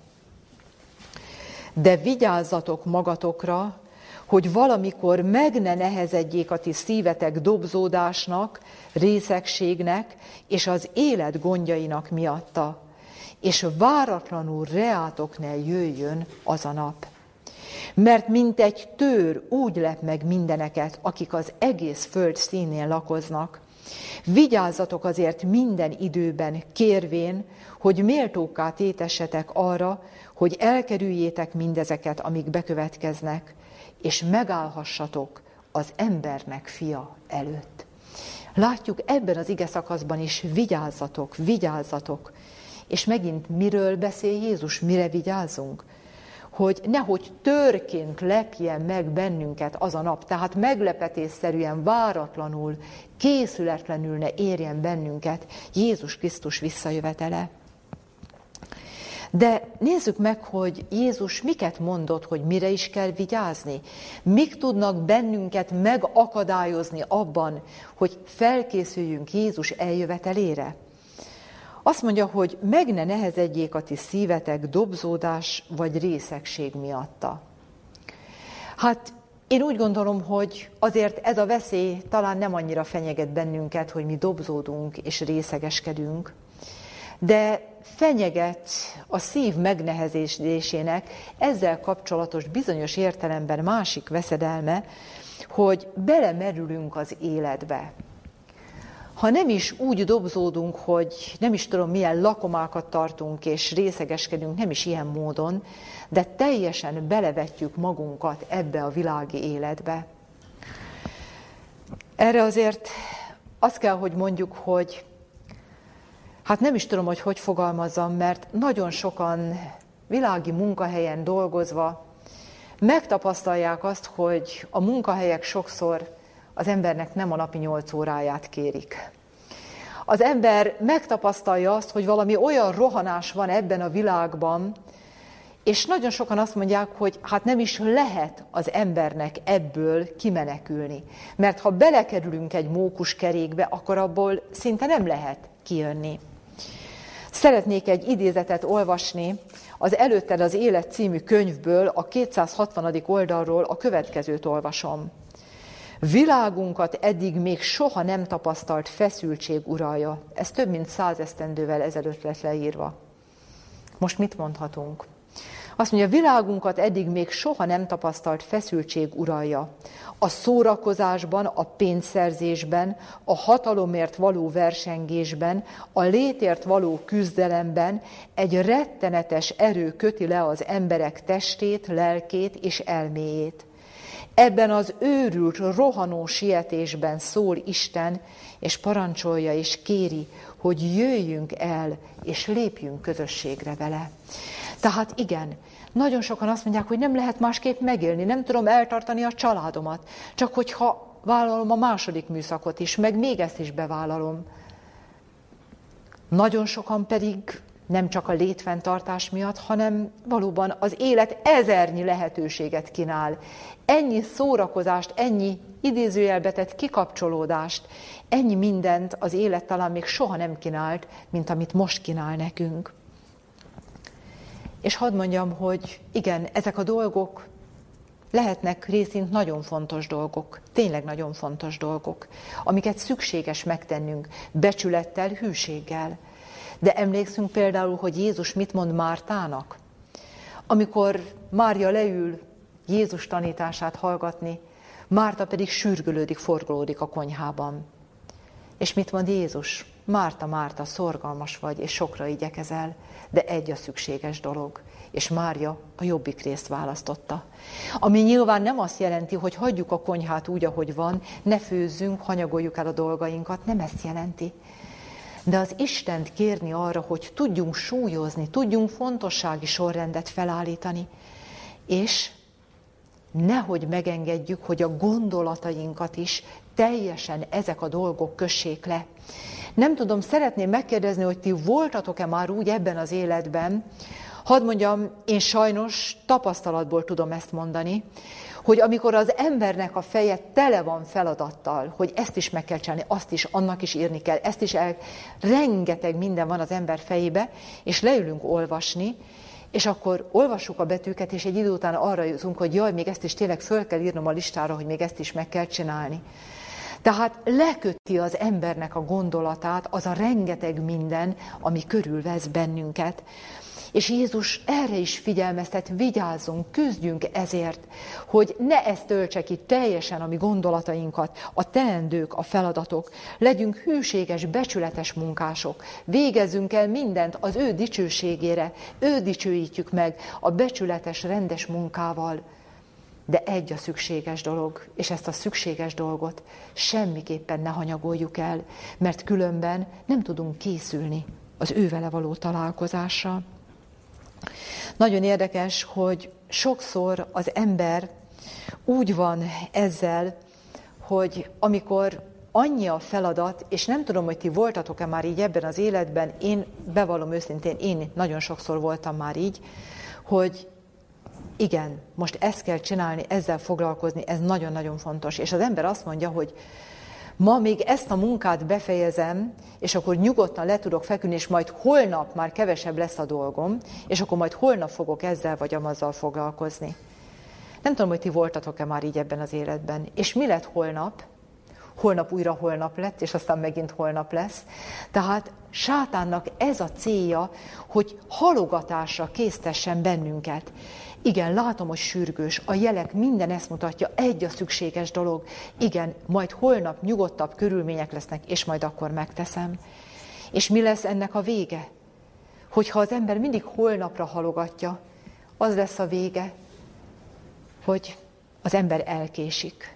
De vigyázzatok magatokra, hogy valamikor meg ne nehezedjék a ti szívetek dobzódásnak, részegségnek és az élet gondjainak miatta, és váratlanul reátok ne jöjjön az a nap. Mert mint egy tőr úgy lep meg mindeneket, akik az egész föld színén lakoznak. Vigyázzatok azért minden időben, kérvén, hogy méltókká tétessetek arra, hogy elkerüljétek mindezeket, amik bekövetkeznek, és megállhassatok az embernek fia előtt. Látjuk ebben az ige szakaszban is, vigyázzatok, vigyázzatok. És megint miről beszél Jézus, mire vigyázzunk? Hogy nehogy tőrként lepjen meg bennünket az a nap, tehát meglepetésszerűen, váratlanul, készületlenül ne érjen bennünket Jézus Krisztus visszajövetele. De nézzük meg, hogy Jézus miket mondott, hogy mire is kell vigyázni. Mik tudnak bennünket megakadályozni abban, hogy felkészüljünk Jézus eljövetelére. Azt mondja, hogy meg ne nehezedjék a ti szívetek dobzódás vagy részegség miatta. Hát én úgy gondolom, hogy azért ez a veszély talán nem annyira fenyeget bennünket, hogy mi dobzódunk és részegeskedünk, de fenyeget a szív megnehezedésének ezzel kapcsolatos bizonyos értelemben másik veszedelme, hogy belemerülünk az életbe. Ha nem is úgy dobzódunk, hogy nem is tudom milyen lakomákat tartunk és részegeskedünk, nem is ilyen módon, de teljesen belevetjük magunkat ebbe a világi életbe. Erre azért azt kell, hogy mondjuk, hogy hát nem is tudom, hogy fogalmazzam, mert nagyon sokan világi munkahelyen dolgozva megtapasztalják azt, hogy a munkahelyek sokszor az embernek nem a napi 8 óráját kérik. Az ember megtapasztalja azt, hogy valami olyan rohanás van ebben a világban, és nagyon sokan azt mondják, hogy hát nem is lehet az embernek ebből kimenekülni. Mert ha belekerülünk egy mókuskerékbe, akkor abból szinte nem lehet kijönni. Szeretnék egy idézetet olvasni az Előtted az élet című könyvből, a 260. oldalról a következőt olvasom. Világunkat eddig még soha nem tapasztalt feszültség uralja. Ez több mint 100 esztendővel ezelőtt lett leírva. Most mit mondhatunk? Azt mondja, világunkat eddig még soha nem tapasztalt feszültség uralja. A szórakozásban, a pénzszerzésben, a hatalomért való versengésben, a létért való küzdelemben egy rettenetes erő köti le az emberek testét, lelkét és elméjét. Ebben az őrült, rohanó sietésben szól Isten, és parancsolja és kéri, hogy jöjjünk el, és lépjünk közösségre vele. Tehát igen, Nagyon sokan azt mondják, hogy nem lehet másképp megélni, nem tudom eltartani a családomat, csak hogyha vállalom a második műszakot is, meg még ezt is bevállalom. Nagyon sokan pedig nem csak a létfenntartás miatt, hanem valóban az élet ezernyi lehetőséget kínál. Ennyi szórakozást, ennyi idézőjelbe tett kikapcsolódást, ennyi mindent az élet talán még soha nem kínált, mint amit most kínál nekünk. És hadd mondjam, hogy igen, ezek a dolgok lehetnek részint nagyon fontos dolgok, tényleg nagyon fontos dolgok, amiket szükséges megtennünk becsülettel, hűséggel. De emlékszünk például, hogy Jézus mit mond Mártának? Amikor Mária leül Jézus tanítását hallgatni, Márta pedig sürgölődik, forgolódik a konyhában. És mit mond Jézus? Márta, Márta, szorgalmas vagy, és sokra igyekezel, de egy a szükséges dolog. És Mária a jobbik részt választotta. Ami nyilván nem azt jelenti, hogy hagyjuk a konyhát úgy, ahogy van, ne főzzünk, hanyagoljuk el a dolgainkat, nem ezt jelenti. De az Istent kérni arra, hogy tudjunk súlyozni, tudjunk fontossági sorrendet felállítani, és nehogy megengedjük, hogy a gondolatainkat is teljesen ezek a dolgok kössék le. Nem tudom, szeretném megkérdezni, hogy ti voltatok-e már úgy ebben az életben, hadd mondjam, én sajnos tapasztalatból tudom ezt mondani, hogy amikor az embernek a feje tele van feladattal, hogy ezt is meg kell csinálni, azt is, annak is írni kell, ezt is rengeteg minden van az ember fejébe, és leülünk olvasni, és akkor olvassuk a betűket, és egy idő után arra jutunk, hogy jaj, még ezt is tényleg föl kell írnom a listára, hogy még ezt is meg kell csinálni. Tehát leköti az embernek a gondolatát az a rengeteg minden, ami körülvesz bennünket. És Jézus erre is figyelmeztet, vigyázzunk, küzdjünk ezért, hogy ne ezt töltse ki teljesen a mi gondolatainkat, a teendők, a feladatok. Legyünk hűséges, becsületes munkások. Végezzünk el mindent az ő dicsőségére. Őt dicsőítjük meg a becsületes, rendes munkával. De egy a szükséges dolog, és ezt a szükséges dolgot semmiképpen ne hanyagoljuk el, mert különben nem tudunk készülni az ővele való találkozásra. Nagyon érdekes, hogy sokszor az ember úgy van ezzel, hogy amikor annyi a feladat, és nem tudom, hogy ti voltatok-e már így ebben az életben, én bevallom őszintén, én nagyon sokszor voltam már így, hogy igen, most ezt kell csinálni, ezzel foglalkozni, ez nagyon-nagyon fontos. És az ember azt mondja, hogy ma még ezt a munkát befejezem, és akkor nyugodtan le tudok feküdni, és majd holnap már kevesebb lesz a dolgom, és akkor majd holnap fogok ezzel vagy amazzal foglalkozni. Nem tudom, hogy ti voltatok-e már így ebben az életben. És mi lett holnap? Holnap újra holnap lett, és aztán megint holnap lesz. Tehát sátánnak ez a célja, hogy halogatásra késztessen bennünket. Igen, látom, hogy sürgős, a jelek minden ezt mutatja, egy a szükséges dolog. Igen, majd holnap nyugodtabb körülmények lesznek, és majd akkor megteszem. És mi lesz ennek a vége? Hogyha az ember mindig holnapra halogatja, az lesz a vége, hogy az ember elkésik.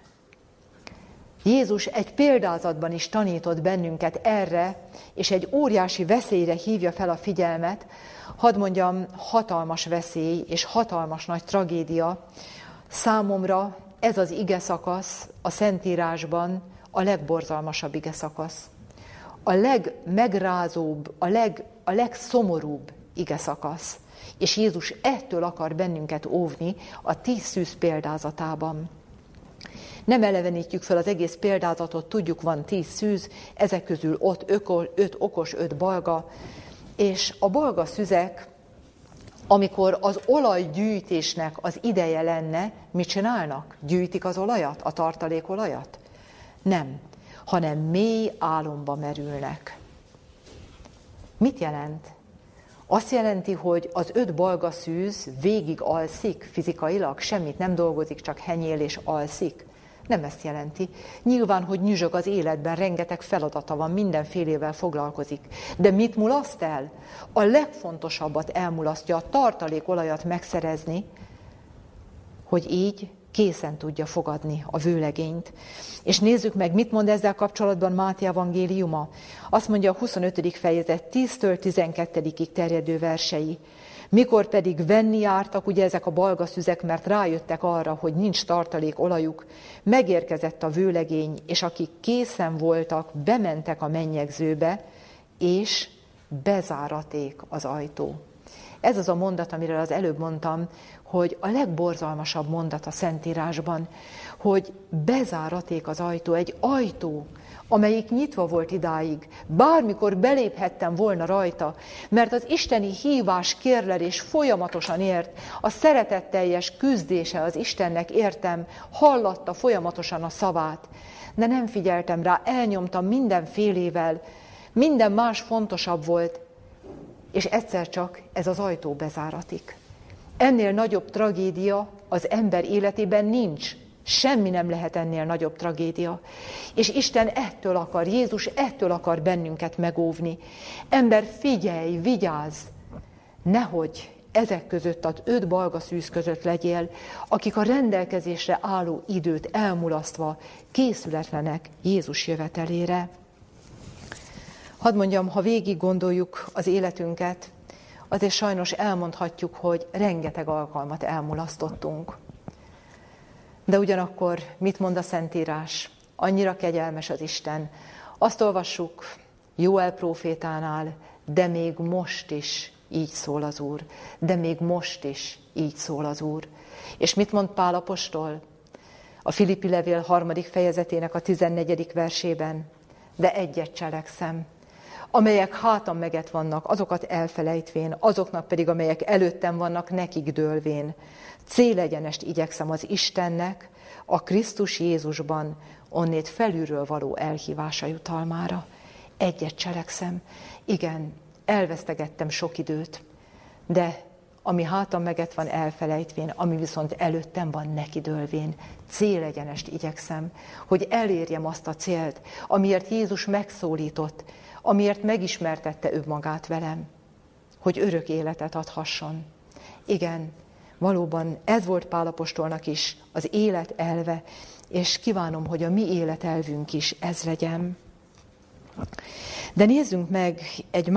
Jézus egy példázatban is tanított bennünket erre, és egy óriási veszélyre hívja fel a figyelmet. Hadd mondjam, hatalmas veszély és hatalmas nagy tragédia. Számomra ez az igeszakasz a Szentírásban a legborzalmasabb igeszakasz. A legmegrázóbb, a legszomorúbb igeszakasz. És Jézus ettől akar bennünket óvni a 10 szűz példázatában. Nem elevenítjük fel az egész példázatot, tudjuk, van 10 szűz, ezek közül 5 okos, 5 balga, és a balga szüzek, amikor az olajgyűjtésnek az ideje lenne, mit csinálnak? Gyűjtik az olajat, a tartalékolajat? Nem, hanem mély álomba merülnek. Mit jelent? Azt jelenti, hogy az 5 balga szűz végig alszik fizikailag, semmit nem dolgozik, csak henyél és alszik. Nem ezt jelenti. Nyilván, hogy nyüzsög az életben, rengeteg feladata van, mindenfélével foglalkozik. De mit mulaszt el? A legfontosabbat elmulasztja, a tartalékolajat megszerezni, hogy így készen tudja fogadni a vőlegényt. És nézzük meg, mit mond ezzel kapcsolatban Máté evangéliuma. Azt mondja a 25. fejezet 10-től 12-ig terjedő versei. Mikor pedig venni jártak, ugye ezek a balgaszüzek, mert rájöttek arra, hogy nincs tartalék olajuk, megérkezett a vőlegény, és akik készen voltak, bementek a mennyegzőbe, és bezáraték az ajtó. Ez az a mondat, amiről az előbb mondtam, hogy a legborzalmasabb mondat a Szentírásban, hogy bezáraték az ajtó, egy ajtó, amelyik nyitva volt idáig. Bármikor beléphettem volna rajta, mert az isteni hívás, kérlelés folyamatosan ért, a szeretetteljes küzdése az Istennek értem, hallatta folyamatosan a szavát, de nem figyeltem rá, elnyomtam mindenfélével, minden más fontosabb volt, és egyszer csak ez az ajtó bezáratik. Ennél nagyobb tragédia az ember életében nincs. Semmi nem lehet ennél nagyobb tragédia. És Isten ettől akar, Jézus ettől akar bennünket megóvni. Ember, figyelj, vigyázz, nehogy ezek között, az 5 balgaszűz között legyél, akik a rendelkezésre álló időt elmulasztva készületlenek Jézus jövetelére. Hadd mondjam, ha végig gondoljuk az életünket, azért sajnos elmondhatjuk, hogy rengeteg alkalmat elmulasztottunk. De ugyanakkor mit mond a Szentírás? Annyira kegyelmes az Isten. Azt olvassuk Jóel prófétánál, de még most is így szól az Úr. De még most is így szól az Úr. És mit mond Pál apostol? A Filippi levél 3. fejezetének a 14. versében. De egyet cselekszem, amelyek hátam meget vannak, azokat elfelejtvén, azoknak pedig, amelyek előttem vannak, nekik dőlvén. Célegyenest igyekszem az Istennek, a Krisztus Jézusban, onnét felülről való elhívása jutalmára. Egyet cselekszem. Igen, elvesztegettem sok időt, de ami hátam meget van elfelejtvén, ami viszont előttem van neki dőlvén, célegyenest igyekszem, hogy elérjem azt a célt, amiért Jézus megszólított, amiért megismertette ő magát velem, hogy örök életet adhasson. Igen, valóban ez volt Pál apostolnak is az élet elve, és kívánom, hogy a mi életelvünk is ez legyen. De nézzünk meg egy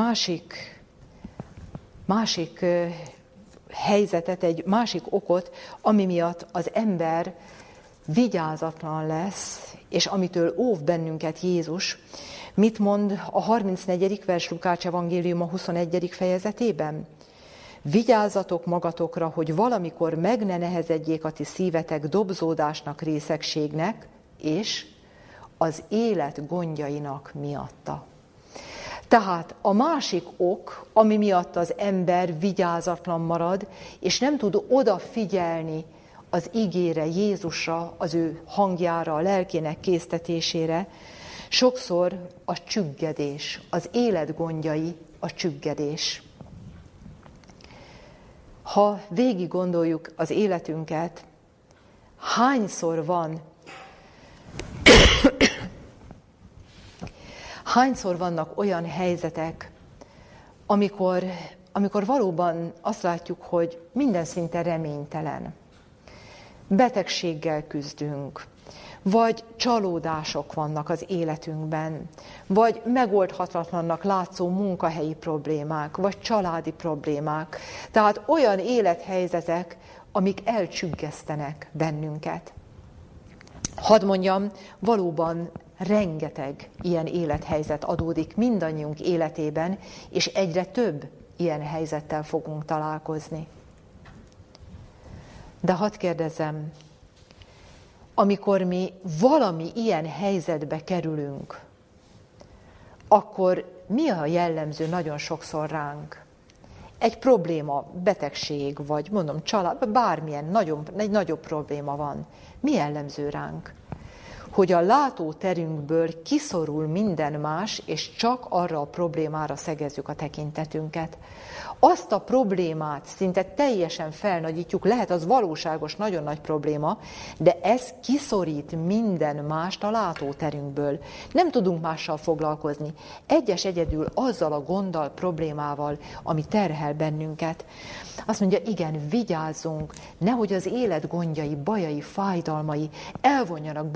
másik helyzetet, egy másik okot, ami miatt az ember vigyázatlan lesz, és amitől óv bennünket Jézus. Mit mond a 34. vers Lukács evangélium a 21. fejezetében? Vigyázzatok magatokra, hogy valamikor meg ne nehezedjék a ti szívetek dobzódásnak, részegségnek, és az élet gondjainak miatta. Tehát a másik ok, ami miatt az ember vigyázatlan marad, és nem tud odafigyelni az igére, Jézusra, az ő hangjára, a lelkének késztetésére, sokszor a csüggedés, az élet gondjai a csüggedés. Ha végig gondoljuk az életünket, hányszor vannak olyan helyzetek, amikor valóban azt látjuk, hogy minden szinte reménytelen. Betegséggel küzdünk, vagy csalódások vannak az életünkben, vagy megoldhatatlannak látszó munkahelyi problémák, vagy családi problémák. Tehát olyan élethelyzetek, amik elcsüggesztenek bennünket. Hadd mondjam, valóban rengeteg ilyen élethelyzet adódik mindannyiunk életében, és egyre több ilyen helyzettel fogunk találkozni. De hadd kérdezzem, amikor mi valami ilyen helyzetbe kerülünk, akkor mi a jellemző nagyon sokszor ránk? Egy probléma, betegség, vagy mondom család, bármilyen egy nagyobb probléma van. Mi jellemző ránk? Hogy a látóterünkből kiszorul minden más, és csak arra a problémára szegezzük a tekintetünket. Azt a problémát szinte teljesen felnagyítjuk, lehet az valóságos, nagyon nagy probléma, de ez kiszorít minden mást a látóterünkből. Nem tudunk mással foglalkozni. Egyedül azzal a gonddal, problémával, ami terhel bennünket. Azt mondja, igen, vigyázzunk, nehogy az élet gondjai, bajai, fájdalmai elvonjanak bennünket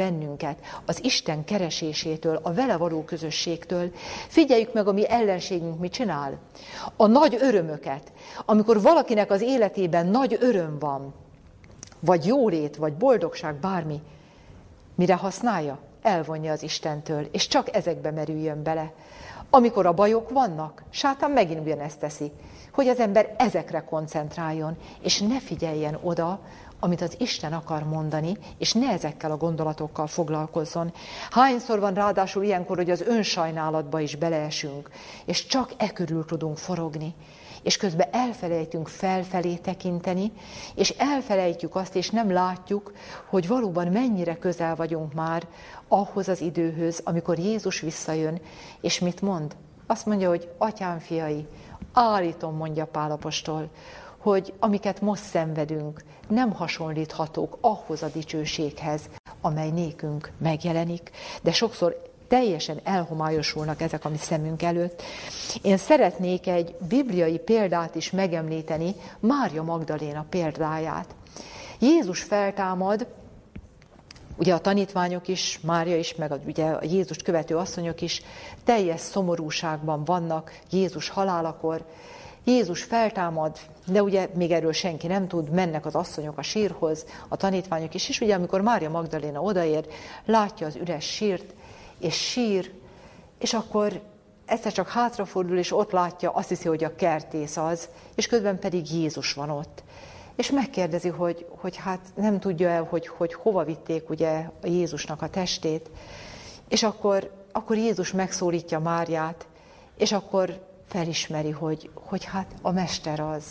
bennünket az Isten keresésétől, a vele való közösségtől. Figyeljük meg, a mi ellenségünk mit csinál. A nagy örömöket, amikor valakinek az életében nagy öröm van, vagy jólét, vagy boldogság, bármi, mire használja? Elvonja az Istentől, és csak ezekbe merüljön bele. Amikor a bajok vannak, sátán megint ugyanezt teszi, hogy az ember ezekre koncentráljon, és ne figyeljen oda, amit az Isten akar mondani, és ne ezekkel a gondolatokkal foglalkozzon. Hányszor van ráadásul ilyenkor, hogy az önsajnálatba is beleesünk, és csak e körül tudunk forogni, és közben elfelejtünk felfelé tekinteni, és elfelejtjük azt, és nem látjuk, hogy valóban mennyire közel vagyunk már ahhoz az időhöz, amikor Jézus visszajön, és mit mond? Azt mondja, hogy Atyám fiai, állítom, mondja Pál apostol, hogy amiket most szenvedünk, nem hasonlíthatók ahhoz a dicsőséghez, amely nékünk megjelenik. De sokszor teljesen elhomályosulnak ezek a mi szemünk előtt. Én szeretnék egy bibliai példát is megemlíteni, Mária Magdaléna példáját. Jézus feltámad, ugye a tanítványok is, Mária is, meg ugye a Jézust követő asszonyok is teljes szomorúságban vannak Jézus halálakor. Jézus feltámad, de ugye még erről senki nem tud, mennek az asszonyok a sírhoz, a tanítványok is, és ugye amikor Mária Magdaléna odaér, látja az üres sírt, és sír, és akkor egyszer csak hátrafordul, és ott látja, azt hiszi, hogy a kertész az, és közben pedig Jézus van ott. És megkérdezi, hogy hát nem tudja el, hogy hova vitték ugye a Jézusnak a testét. És akkor Jézus megszólítja Máriát, és akkor felismeri, hogy hát a mester az.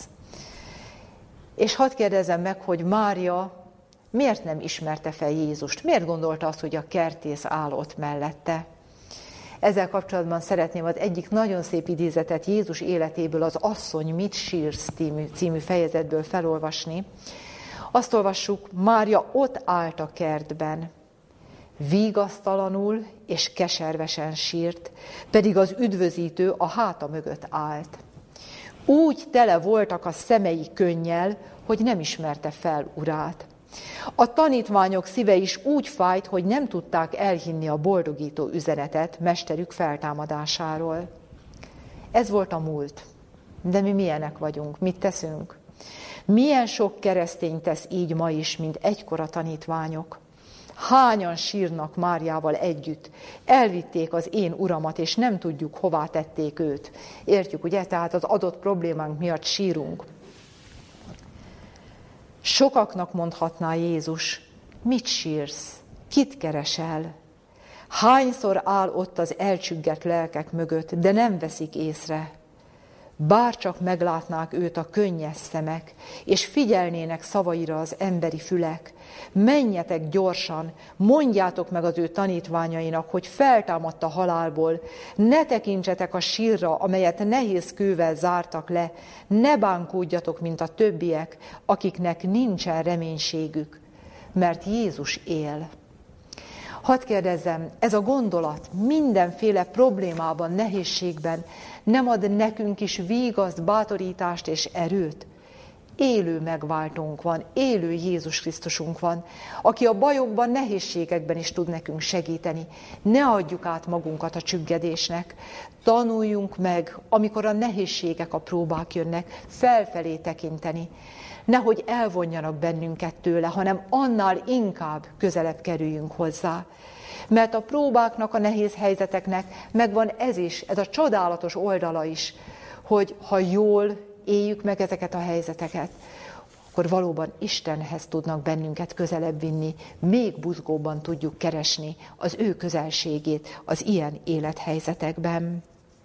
És hadd kérdezzem meg, hogy Mária miért nem ismerte fel Jézust? Miért gondolta azt, hogy a kertész áll ott mellette? Ezzel kapcsolatban szeretném az egyik nagyon szép idézetet Jézus életéből, az Asszony, mit sírsz című fejezetből felolvasni. Azt olvassuk, Mária ott állt a kertben, vigasztalanul és keservesen sírt, pedig az üdvözítő a háta mögött állt. Úgy tele voltak a szemei könnyel, hogy nem ismerte fel urát. A tanítványok szíve is úgy fájt, hogy nem tudták elhinni a boldogító üzenetet mesterük feltámadásáról. Ez volt a múlt. De mi milyenek vagyunk? Mit teszünk? Milyen sok keresztény tesz így ma is, mint egykor a tanítványok? Hányan sírnak Máriával együtt? Elvitték az én uramat, és nem tudjuk, hová tették őt. Értjük, ugye? Tehát az adott problémánk miatt sírunk. Sokaknak mondhatná Jézus, mit sírsz, kit keresel? Hányszor áll ott az elcsüggett lelkek mögött, de nem veszik észre. Bárcsak meglátnák őt a könnyes szemek, és figyelnének szavaira az emberi fülek. Menjetek gyorsan, mondjátok meg az ő tanítványainak, hogy feltámadt a halálból. Ne tekintsetek a sírra, amelyet nehéz kővel zártak le. Ne bánkódjatok, mint a többiek, akiknek nincsen reménységük, mert Jézus él. Hadd kérdezzem, ez a gondolat mindenféle problémában, nehézségben nem ad nekünk is vígaszt, bátorítást és erőt? Élő megváltónk van, élő Jézus Krisztusunk van, aki a bajokban, nehézségekben is tud nekünk segíteni. Ne adjuk át magunkat a csüggedésnek. Tanuljunk meg, amikor a nehézségek, a próbák jönnek, felfelé tekinteni. Nehogy elvonjanak bennünket tőle, hanem annál inkább közelebb kerüljünk hozzá. Mert a próbáknak, a nehéz helyzeteknek megvan ez is, ez a csodálatos oldala is, hogy ha jól éljük meg ezeket a helyzeteket, akkor valóban Istenhez tudnak bennünket közelebb vinni, még buzgóbban tudjuk keresni az ő közelségét az ilyen élethelyzetekben.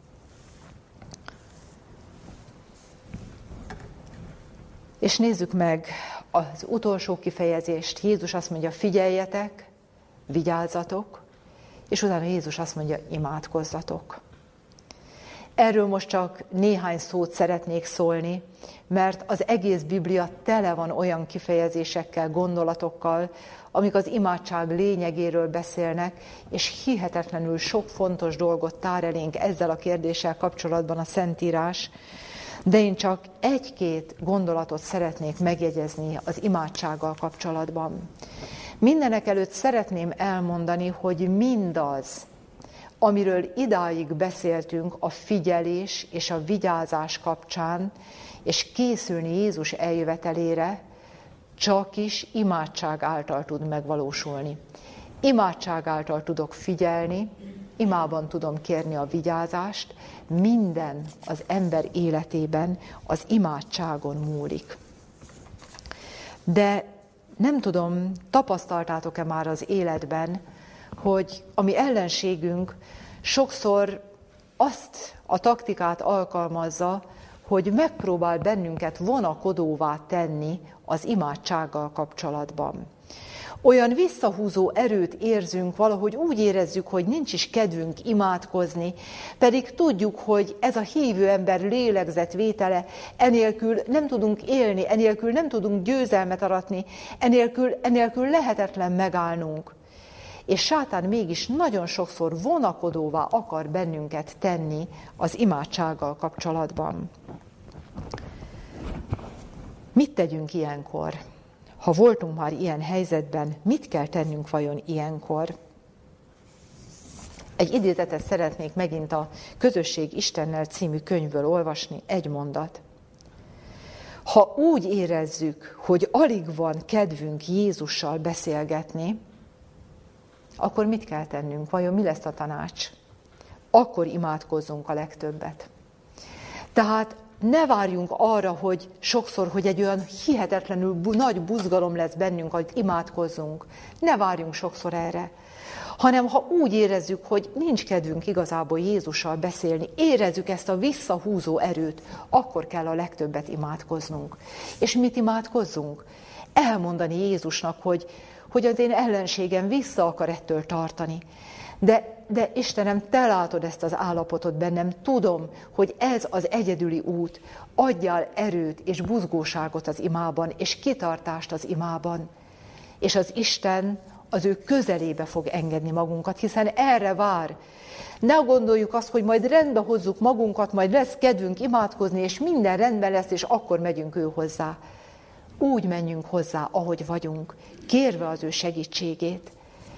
És nézzük meg az utolsó kifejezést. Jézus azt mondja, figyeljetek, vigyázzatok, és utána Jézus azt mondja, imádkozzatok. Erről most csak néhány szót szeretnék szólni, mert az egész Biblia tele van olyan kifejezésekkel, gondolatokkal, amik az imádság lényegéről beszélnek, és hihetetlenül sok fontos dolgot tár elénk ezzel a kérdéssel kapcsolatban a Szentírás. De én csak egy-két gondolatot szeretnék megjegyezni az imádsággal kapcsolatban. Mindenek előtt szeretném elmondani, hogy mindaz, amiről idáig beszéltünk a figyelés és a vigyázás kapcsán, és készülni Jézus eljövetelére, csak is imádság által tud megvalósulni. Imádság által tudok figyelni, imában tudom kérni a vigyázást, minden az ember életében az imádságon múlik. De nem tudom, tapasztaltátok-e már az életben, hogy a mi ellenségünk sokszor azt a taktikát alkalmazza, hogy megpróbál bennünket vonakodóvá tenni az imádsággal kapcsolatban. Olyan visszahúzó erőt érzünk, valahogy úgy érezzük, hogy nincs is kedvünk imádkozni, pedig tudjuk, hogy ez a hívő ember lélegzetvétele, enélkül nem tudunk élni, enélkül nem tudunk győzelmet aratni, enélkül lehetetlen megállnunk. És sátán mégis nagyon sokszor vonakodóvá akar bennünket tenni az imádsággal kapcsolatban. Mit tegyünk ilyenkor? Ha voltunk már ilyen helyzetben, mit kell tennünk vajon ilyenkor? Egy idézetet szeretnék megint a Közösség Istennel című könyvből olvasni, egy mondat. Ha úgy érezzük, hogy alig van kedvünk Jézussal beszélgetni, akkor mit kell tennünk? Vajon mi lesz a tanács? Akkor imádkozzunk a legtöbbet. Tehát ne várjunk arra, hogy sokszor, hogy egy olyan hihetetlenül nagy buzgalom lesz bennünk, hogy imádkozzunk. Ne várjunk sokszor erre. Hanem ha úgy érezzük, hogy nincs kedvünk igazából Jézussal beszélni, érezzük ezt a visszahúzó erőt, akkor kell a legtöbbet imádkoznunk. És mit imádkozzunk? Elmondani Jézusnak, hogy az én ellenségem vissza akar ettől tartani. De Istenem, te látod ezt az állapotot bennem, tudom, hogy ez az egyedüli út. Adjál erőt és buzgóságot az imában, és kitartást az imában. És az Isten az ő közelébe fog engedni magunkat, hiszen erre vár. Ne gondoljuk azt, hogy majd rendbe hozzuk magunkat, majd lesz kedvünk imádkozni, és minden rendben lesz, és akkor megyünk ő hozzá. Úgy menjünk hozzá, ahogy vagyunk, kérve az ő segítségét.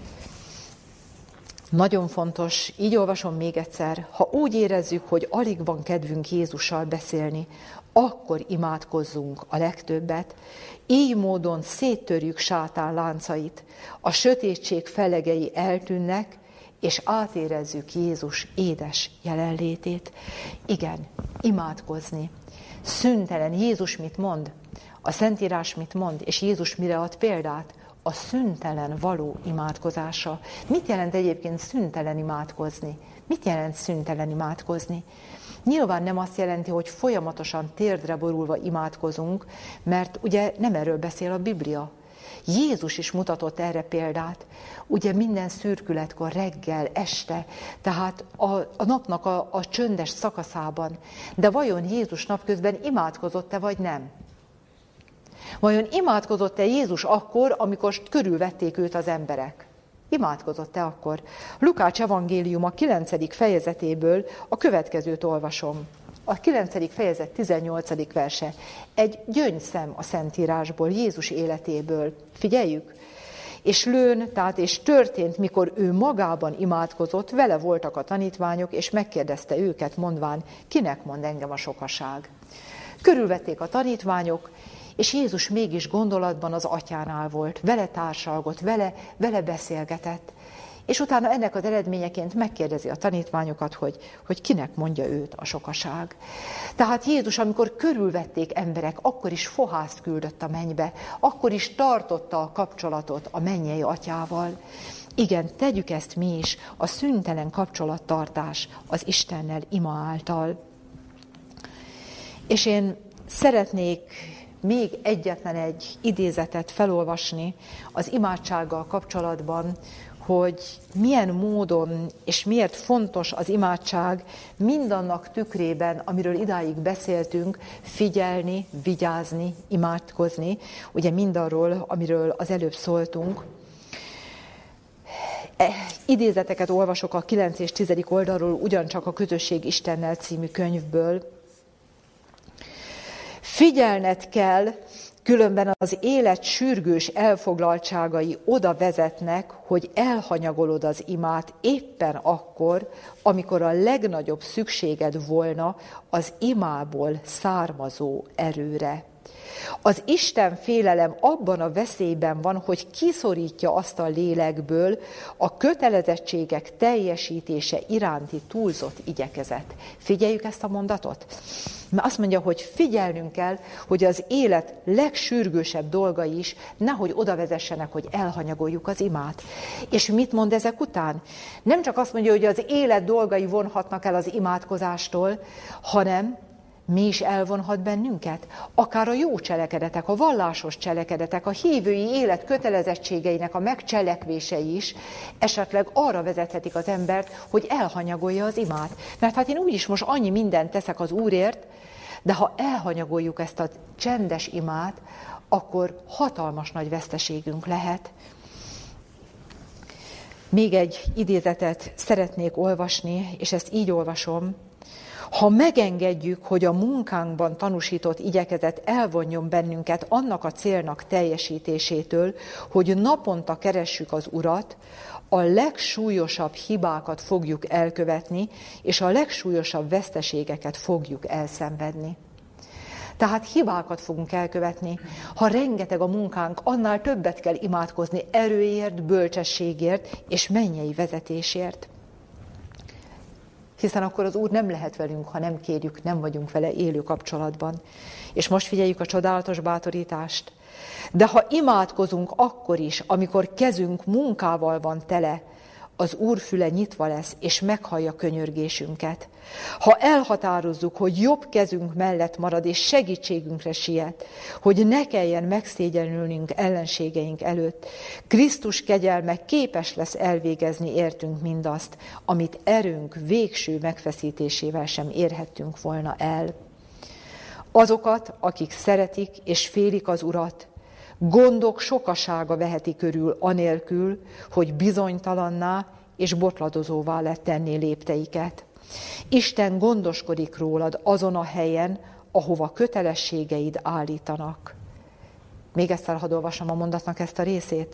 Nagyon fontos, így olvasom még egyszer, ha úgy érezzük, hogy alig van kedvünk Jézussal beszélni, akkor imádkozzunk a legtöbbet, így módon széttörjük sátán láncait, a sötétség felegei eltűnnek, és átérezzük Jézus édes jelenlétét. Igen, imádkozni. Szüntelen. Jézus mit mond? A Szentírás mit mond? És Jézus mire ad példát? A szüntelen való imádkozása. Mit jelent egyébként szüntelen imádkozni? Mit jelent szüntelen imádkozni? Nyilván nem azt jelenti, hogy folyamatosan térdre borulva imádkozunk, mert ugye nem erről beszél a Biblia. Jézus is mutatott erre példát, ugye minden szürkületkor, reggel, este, tehát a napnak a csöndes szakaszában. De vajon Jézus napközben imádkozott-e, vagy nem? Vajon imádkozott-e Jézus akkor, amikor körülvették őt az emberek? Imádkozott-e akkor? Lukács evangéliuma 9. fejezetéből a következőt olvasom. A 9. fejezet 18. verse. Egy gyöngyszem a Szentírásból, Jézus életéből. Figyeljük! És és történt, mikor ő magában imádkozott, vele voltak a tanítványok, és megkérdezte őket, mondván, kinek mond engem a sokaság? Körülvették a tanítványok, és Jézus mégis gondolatban az atyánál volt, vele társalgott, vele beszélgetett. És utána ennek az eredményeként megkérdezi a tanítványokat, hogy kinek mondja őt a sokaság. Tehát Jézus, amikor körülvették emberek, akkor is fohászt küldött a mennybe, akkor is tartotta a kapcsolatot a mennyei atyával. Igen, tegyük ezt mi is, a szüntelen kapcsolattartás az Istennel ima által. És én szeretnék még egyetlen egy idézetet felolvasni az imádsággal kapcsolatban, hogy milyen módon és miért fontos az imádság mindannak tükrében, amiről idáig beszéltünk, figyelni, vigyázni, imádkozni, ugye mindarról, amiről az előbb szóltunk. Idézeteket olvasok a 9. és 10. oldalról, ugyancsak a Közösség Istennel című könyvből. Figyelned kell, Különben az élet sürgős elfoglaltságai oda vezetnek, hogy elhanyagolod az imát éppen akkor, amikor a legnagyobb szükséged volna az imából származó erőre. Az Isten félelem abban a veszélyben van, hogy kiszorítja azt a lélekből a kötelezettségek teljesítése iránti túlzott igyekezet. Figyeljük ezt a mondatot? Mert azt mondja, hogy figyelnünk kell, hogy az élet legsürgősebb dolgai is nehogy oda vezessenek, hogy elhanyagoljuk az imát. És mit mond ezek után? Nem csak azt mondja, hogy az élet dolgai vonhatnak el az imádkozástól, hanem mi is elvonhat bennünket? Akár a jó cselekedetek, a vallásos cselekedetek, a hívői élet kötelezettségeinek a megcselekvései is esetleg arra vezethetik az embert, hogy elhanyagolja az imát. Mert hát én úgyis most annyi mindent teszek az Úrért, de ha elhanyagoljuk ezt a csendes imát, akkor hatalmas nagy veszteségünk lehet. Még egy idézetet szeretnék olvasni, és ezt így olvasom. Ha megengedjük, hogy a munkánkban tanúsított igyekezet elvonjon bennünket annak a célnak teljesítésétől, hogy naponta keressük az Urat, a legsúlyosabb hibákat fogjuk elkövetni, és a legsúlyosabb veszteségeket fogjuk elszenvedni. Tehát hibákat fogunk elkövetni, ha rengeteg a munkánk, annál többet kell imádkozni erőért, bölcsességért és mennyei vezetésért. Hiszen akkor az Úr nem lehet velünk, ha nem kérjük, nem vagyunk vele élő kapcsolatban. És most figyeljük a csodálatos bátorítást. De ha imádkozunk akkor is, amikor kezünk munkával van tele, az Úr füle nyitva lesz, és meghallja könyörgésünket. Ha elhatározzuk, hogy jobb kezünk mellett marad, és segítségünkre siet, hogy ne kelljen megszégyenülnünk ellenségeink előtt, Krisztus kegyelme képes lesz elvégezni értünk mindazt, amit erőnk végső megfeszítésével sem érhettünk volna el. Azokat, akik szeretik és félik az Urat, gondok sokasága veheti körül anélkül, hogy bizonytalanná és botladozóvá lett tenni lépteiket. Isten gondoskodik rólad azon a helyen, ahova kötelességeid állítanak. Még egyszer hadd olvasom a mondatnak ezt a részét.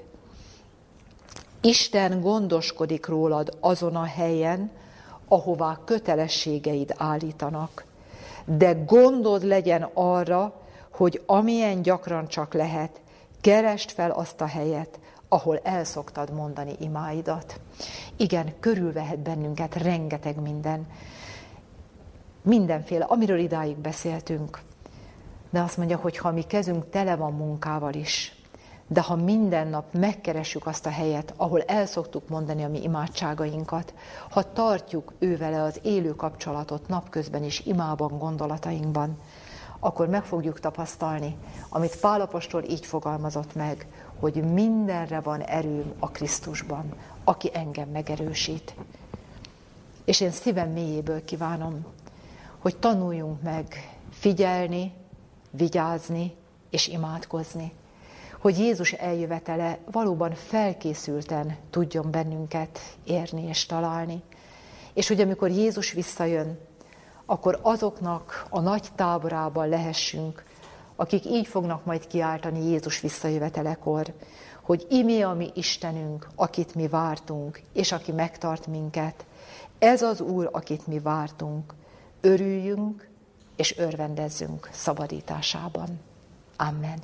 Isten gondoskodik rólad azon a helyen, ahová kötelességeid állítanak. De gondod legyen arra, hogy amilyen gyakran csak lehet, keresd fel azt a helyet, ahol el szoktad mondani imáidat. Igen, körülvehet bennünket rengeteg mindenféle, amiről idáig beszéltünk. De azt mondja, hogy ha mi kezünk tele van munkával is, de ha minden nap megkeressük azt a helyet, ahol el szoktuk mondani a mi imádságainkat, ha tartjuk ővele az élő kapcsolatot napközben is imában, gondolatainkban, akkor meg fogjuk tapasztalni, amit Pál apostol így fogalmazott meg, hogy mindenre van erőm a Krisztusban, aki engem megerősít. És én szívem mélyéből kívánom, hogy tanuljunk meg figyelni, vigyázni és imádkozni. Hogy Jézus eljövetele valóban felkészülten tudjon bennünket érni és találni. És hogy amikor Jézus visszajön, akkor azoknak a nagy táborában lehessünk, akik így fognak majd kiáltani Jézus visszajövetelekor, hogy imé a mi Istenünk, akit mi vártunk, és aki megtart minket. Ez az Úr, akit mi vártunk. Örüljünk és örvendezzünk szabadításában. Amen.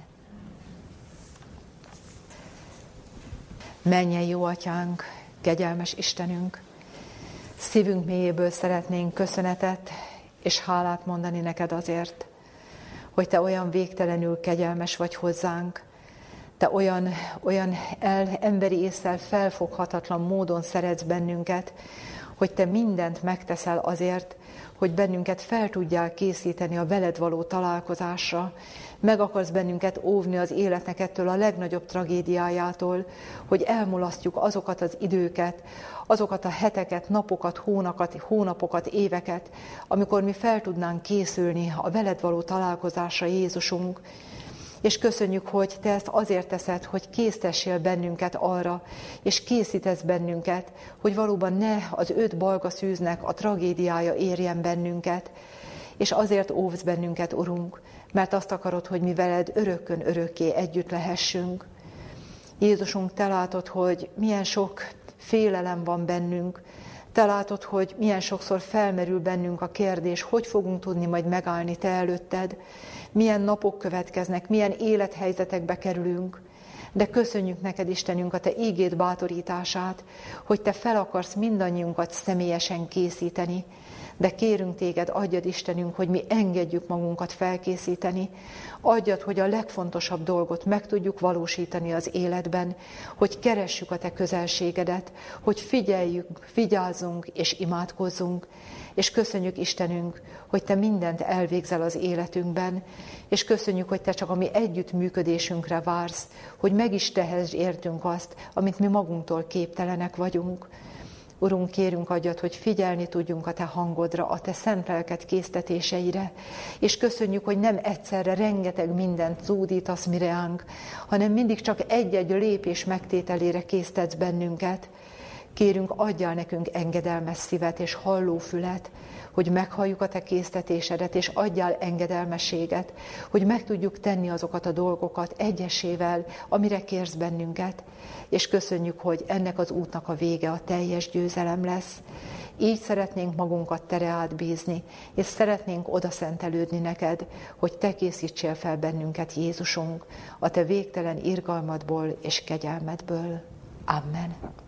Mennyei jó Atyánk, kegyelmes Istenünk, szívünk mélyéből szeretnénk köszönetet és hálát mondani neked azért, hogy te olyan végtelenül kegyelmes vagy hozzánk, te olyan emberi ésszel felfoghatatlan módon szeretsz bennünket, hogy te mindent megteszel azért, hogy bennünket fel tudjál készíteni a veled való találkozásra, meg akarsz bennünket óvni az életnek ettől a legnagyobb tragédiájától, hogy elmulasztjuk azokat az időket, azokat a heteket, napokat, hónapokat, éveket, amikor mi fel tudnánk készülni a veled való találkozásra, Jézusunk. És köszönjük, hogy te ezt azért teszed, hogy késztessél bennünket arra, és készítesz bennünket, hogy valóban ne az 5 balga szűznek a tragédiája érjen bennünket, és azért óvsz bennünket, Urunk, mert azt akarod, hogy mi veled örökkön örökké együtt lehessünk. Jézusunk, te látod, hogy milyen sok félelem van bennünk, te látod, hogy milyen sokszor felmerül bennünk a kérdés, hogy fogunk tudni majd megállni te előtted, milyen napok következnek, milyen élethelyzetekbe kerülünk. De köszönjük neked, Istenünk, a te ígéd bátorítását, hogy te fel akarsz mindannyiunkat személyesen készíteni. De kérünk téged, adjad, Istenünk, hogy mi engedjük magunkat felkészíteni. Adjad, hogy a legfontosabb dolgot meg tudjuk valósítani az életben, hogy keressük a te közelségedet, hogy figyeljünk, vigyázzunk és imádkozzunk. És köszönjük, Istenünk, hogy te mindent elvégzel az életünkben, és köszönjük, hogy te csak a mi együttműködésünkre vársz, hogy meg is tehessd értünk azt, amit mi magunktól képtelenek vagyunk. Urunk, kérünk, adjad, hogy figyelni tudjunk a te hangodra, a te szent lelked késztetéseire, és köszönjük, hogy nem egyszerre rengeteg mindent zúdítasz mi reánk, hanem mindig csak egy-egy lépés megtételére késztetsz bennünket. Kérünk, adjál nekünk engedelmes szívet és hallófület, hogy meghalljuk a te késztetésedet, és adjál engedelmességet, hogy meg tudjuk tenni azokat a dolgokat egyesével, amire kérsz bennünket. És köszönjük, hogy ennek az útnak a vége a teljes győzelem lesz. Így szeretnénk magunkat tere átbízni, és szeretnénk odaszentelődni neked, hogy te készítsél fel bennünket, Jézusunk, a te végtelen irgalmadból és kegyelmedből. Amen.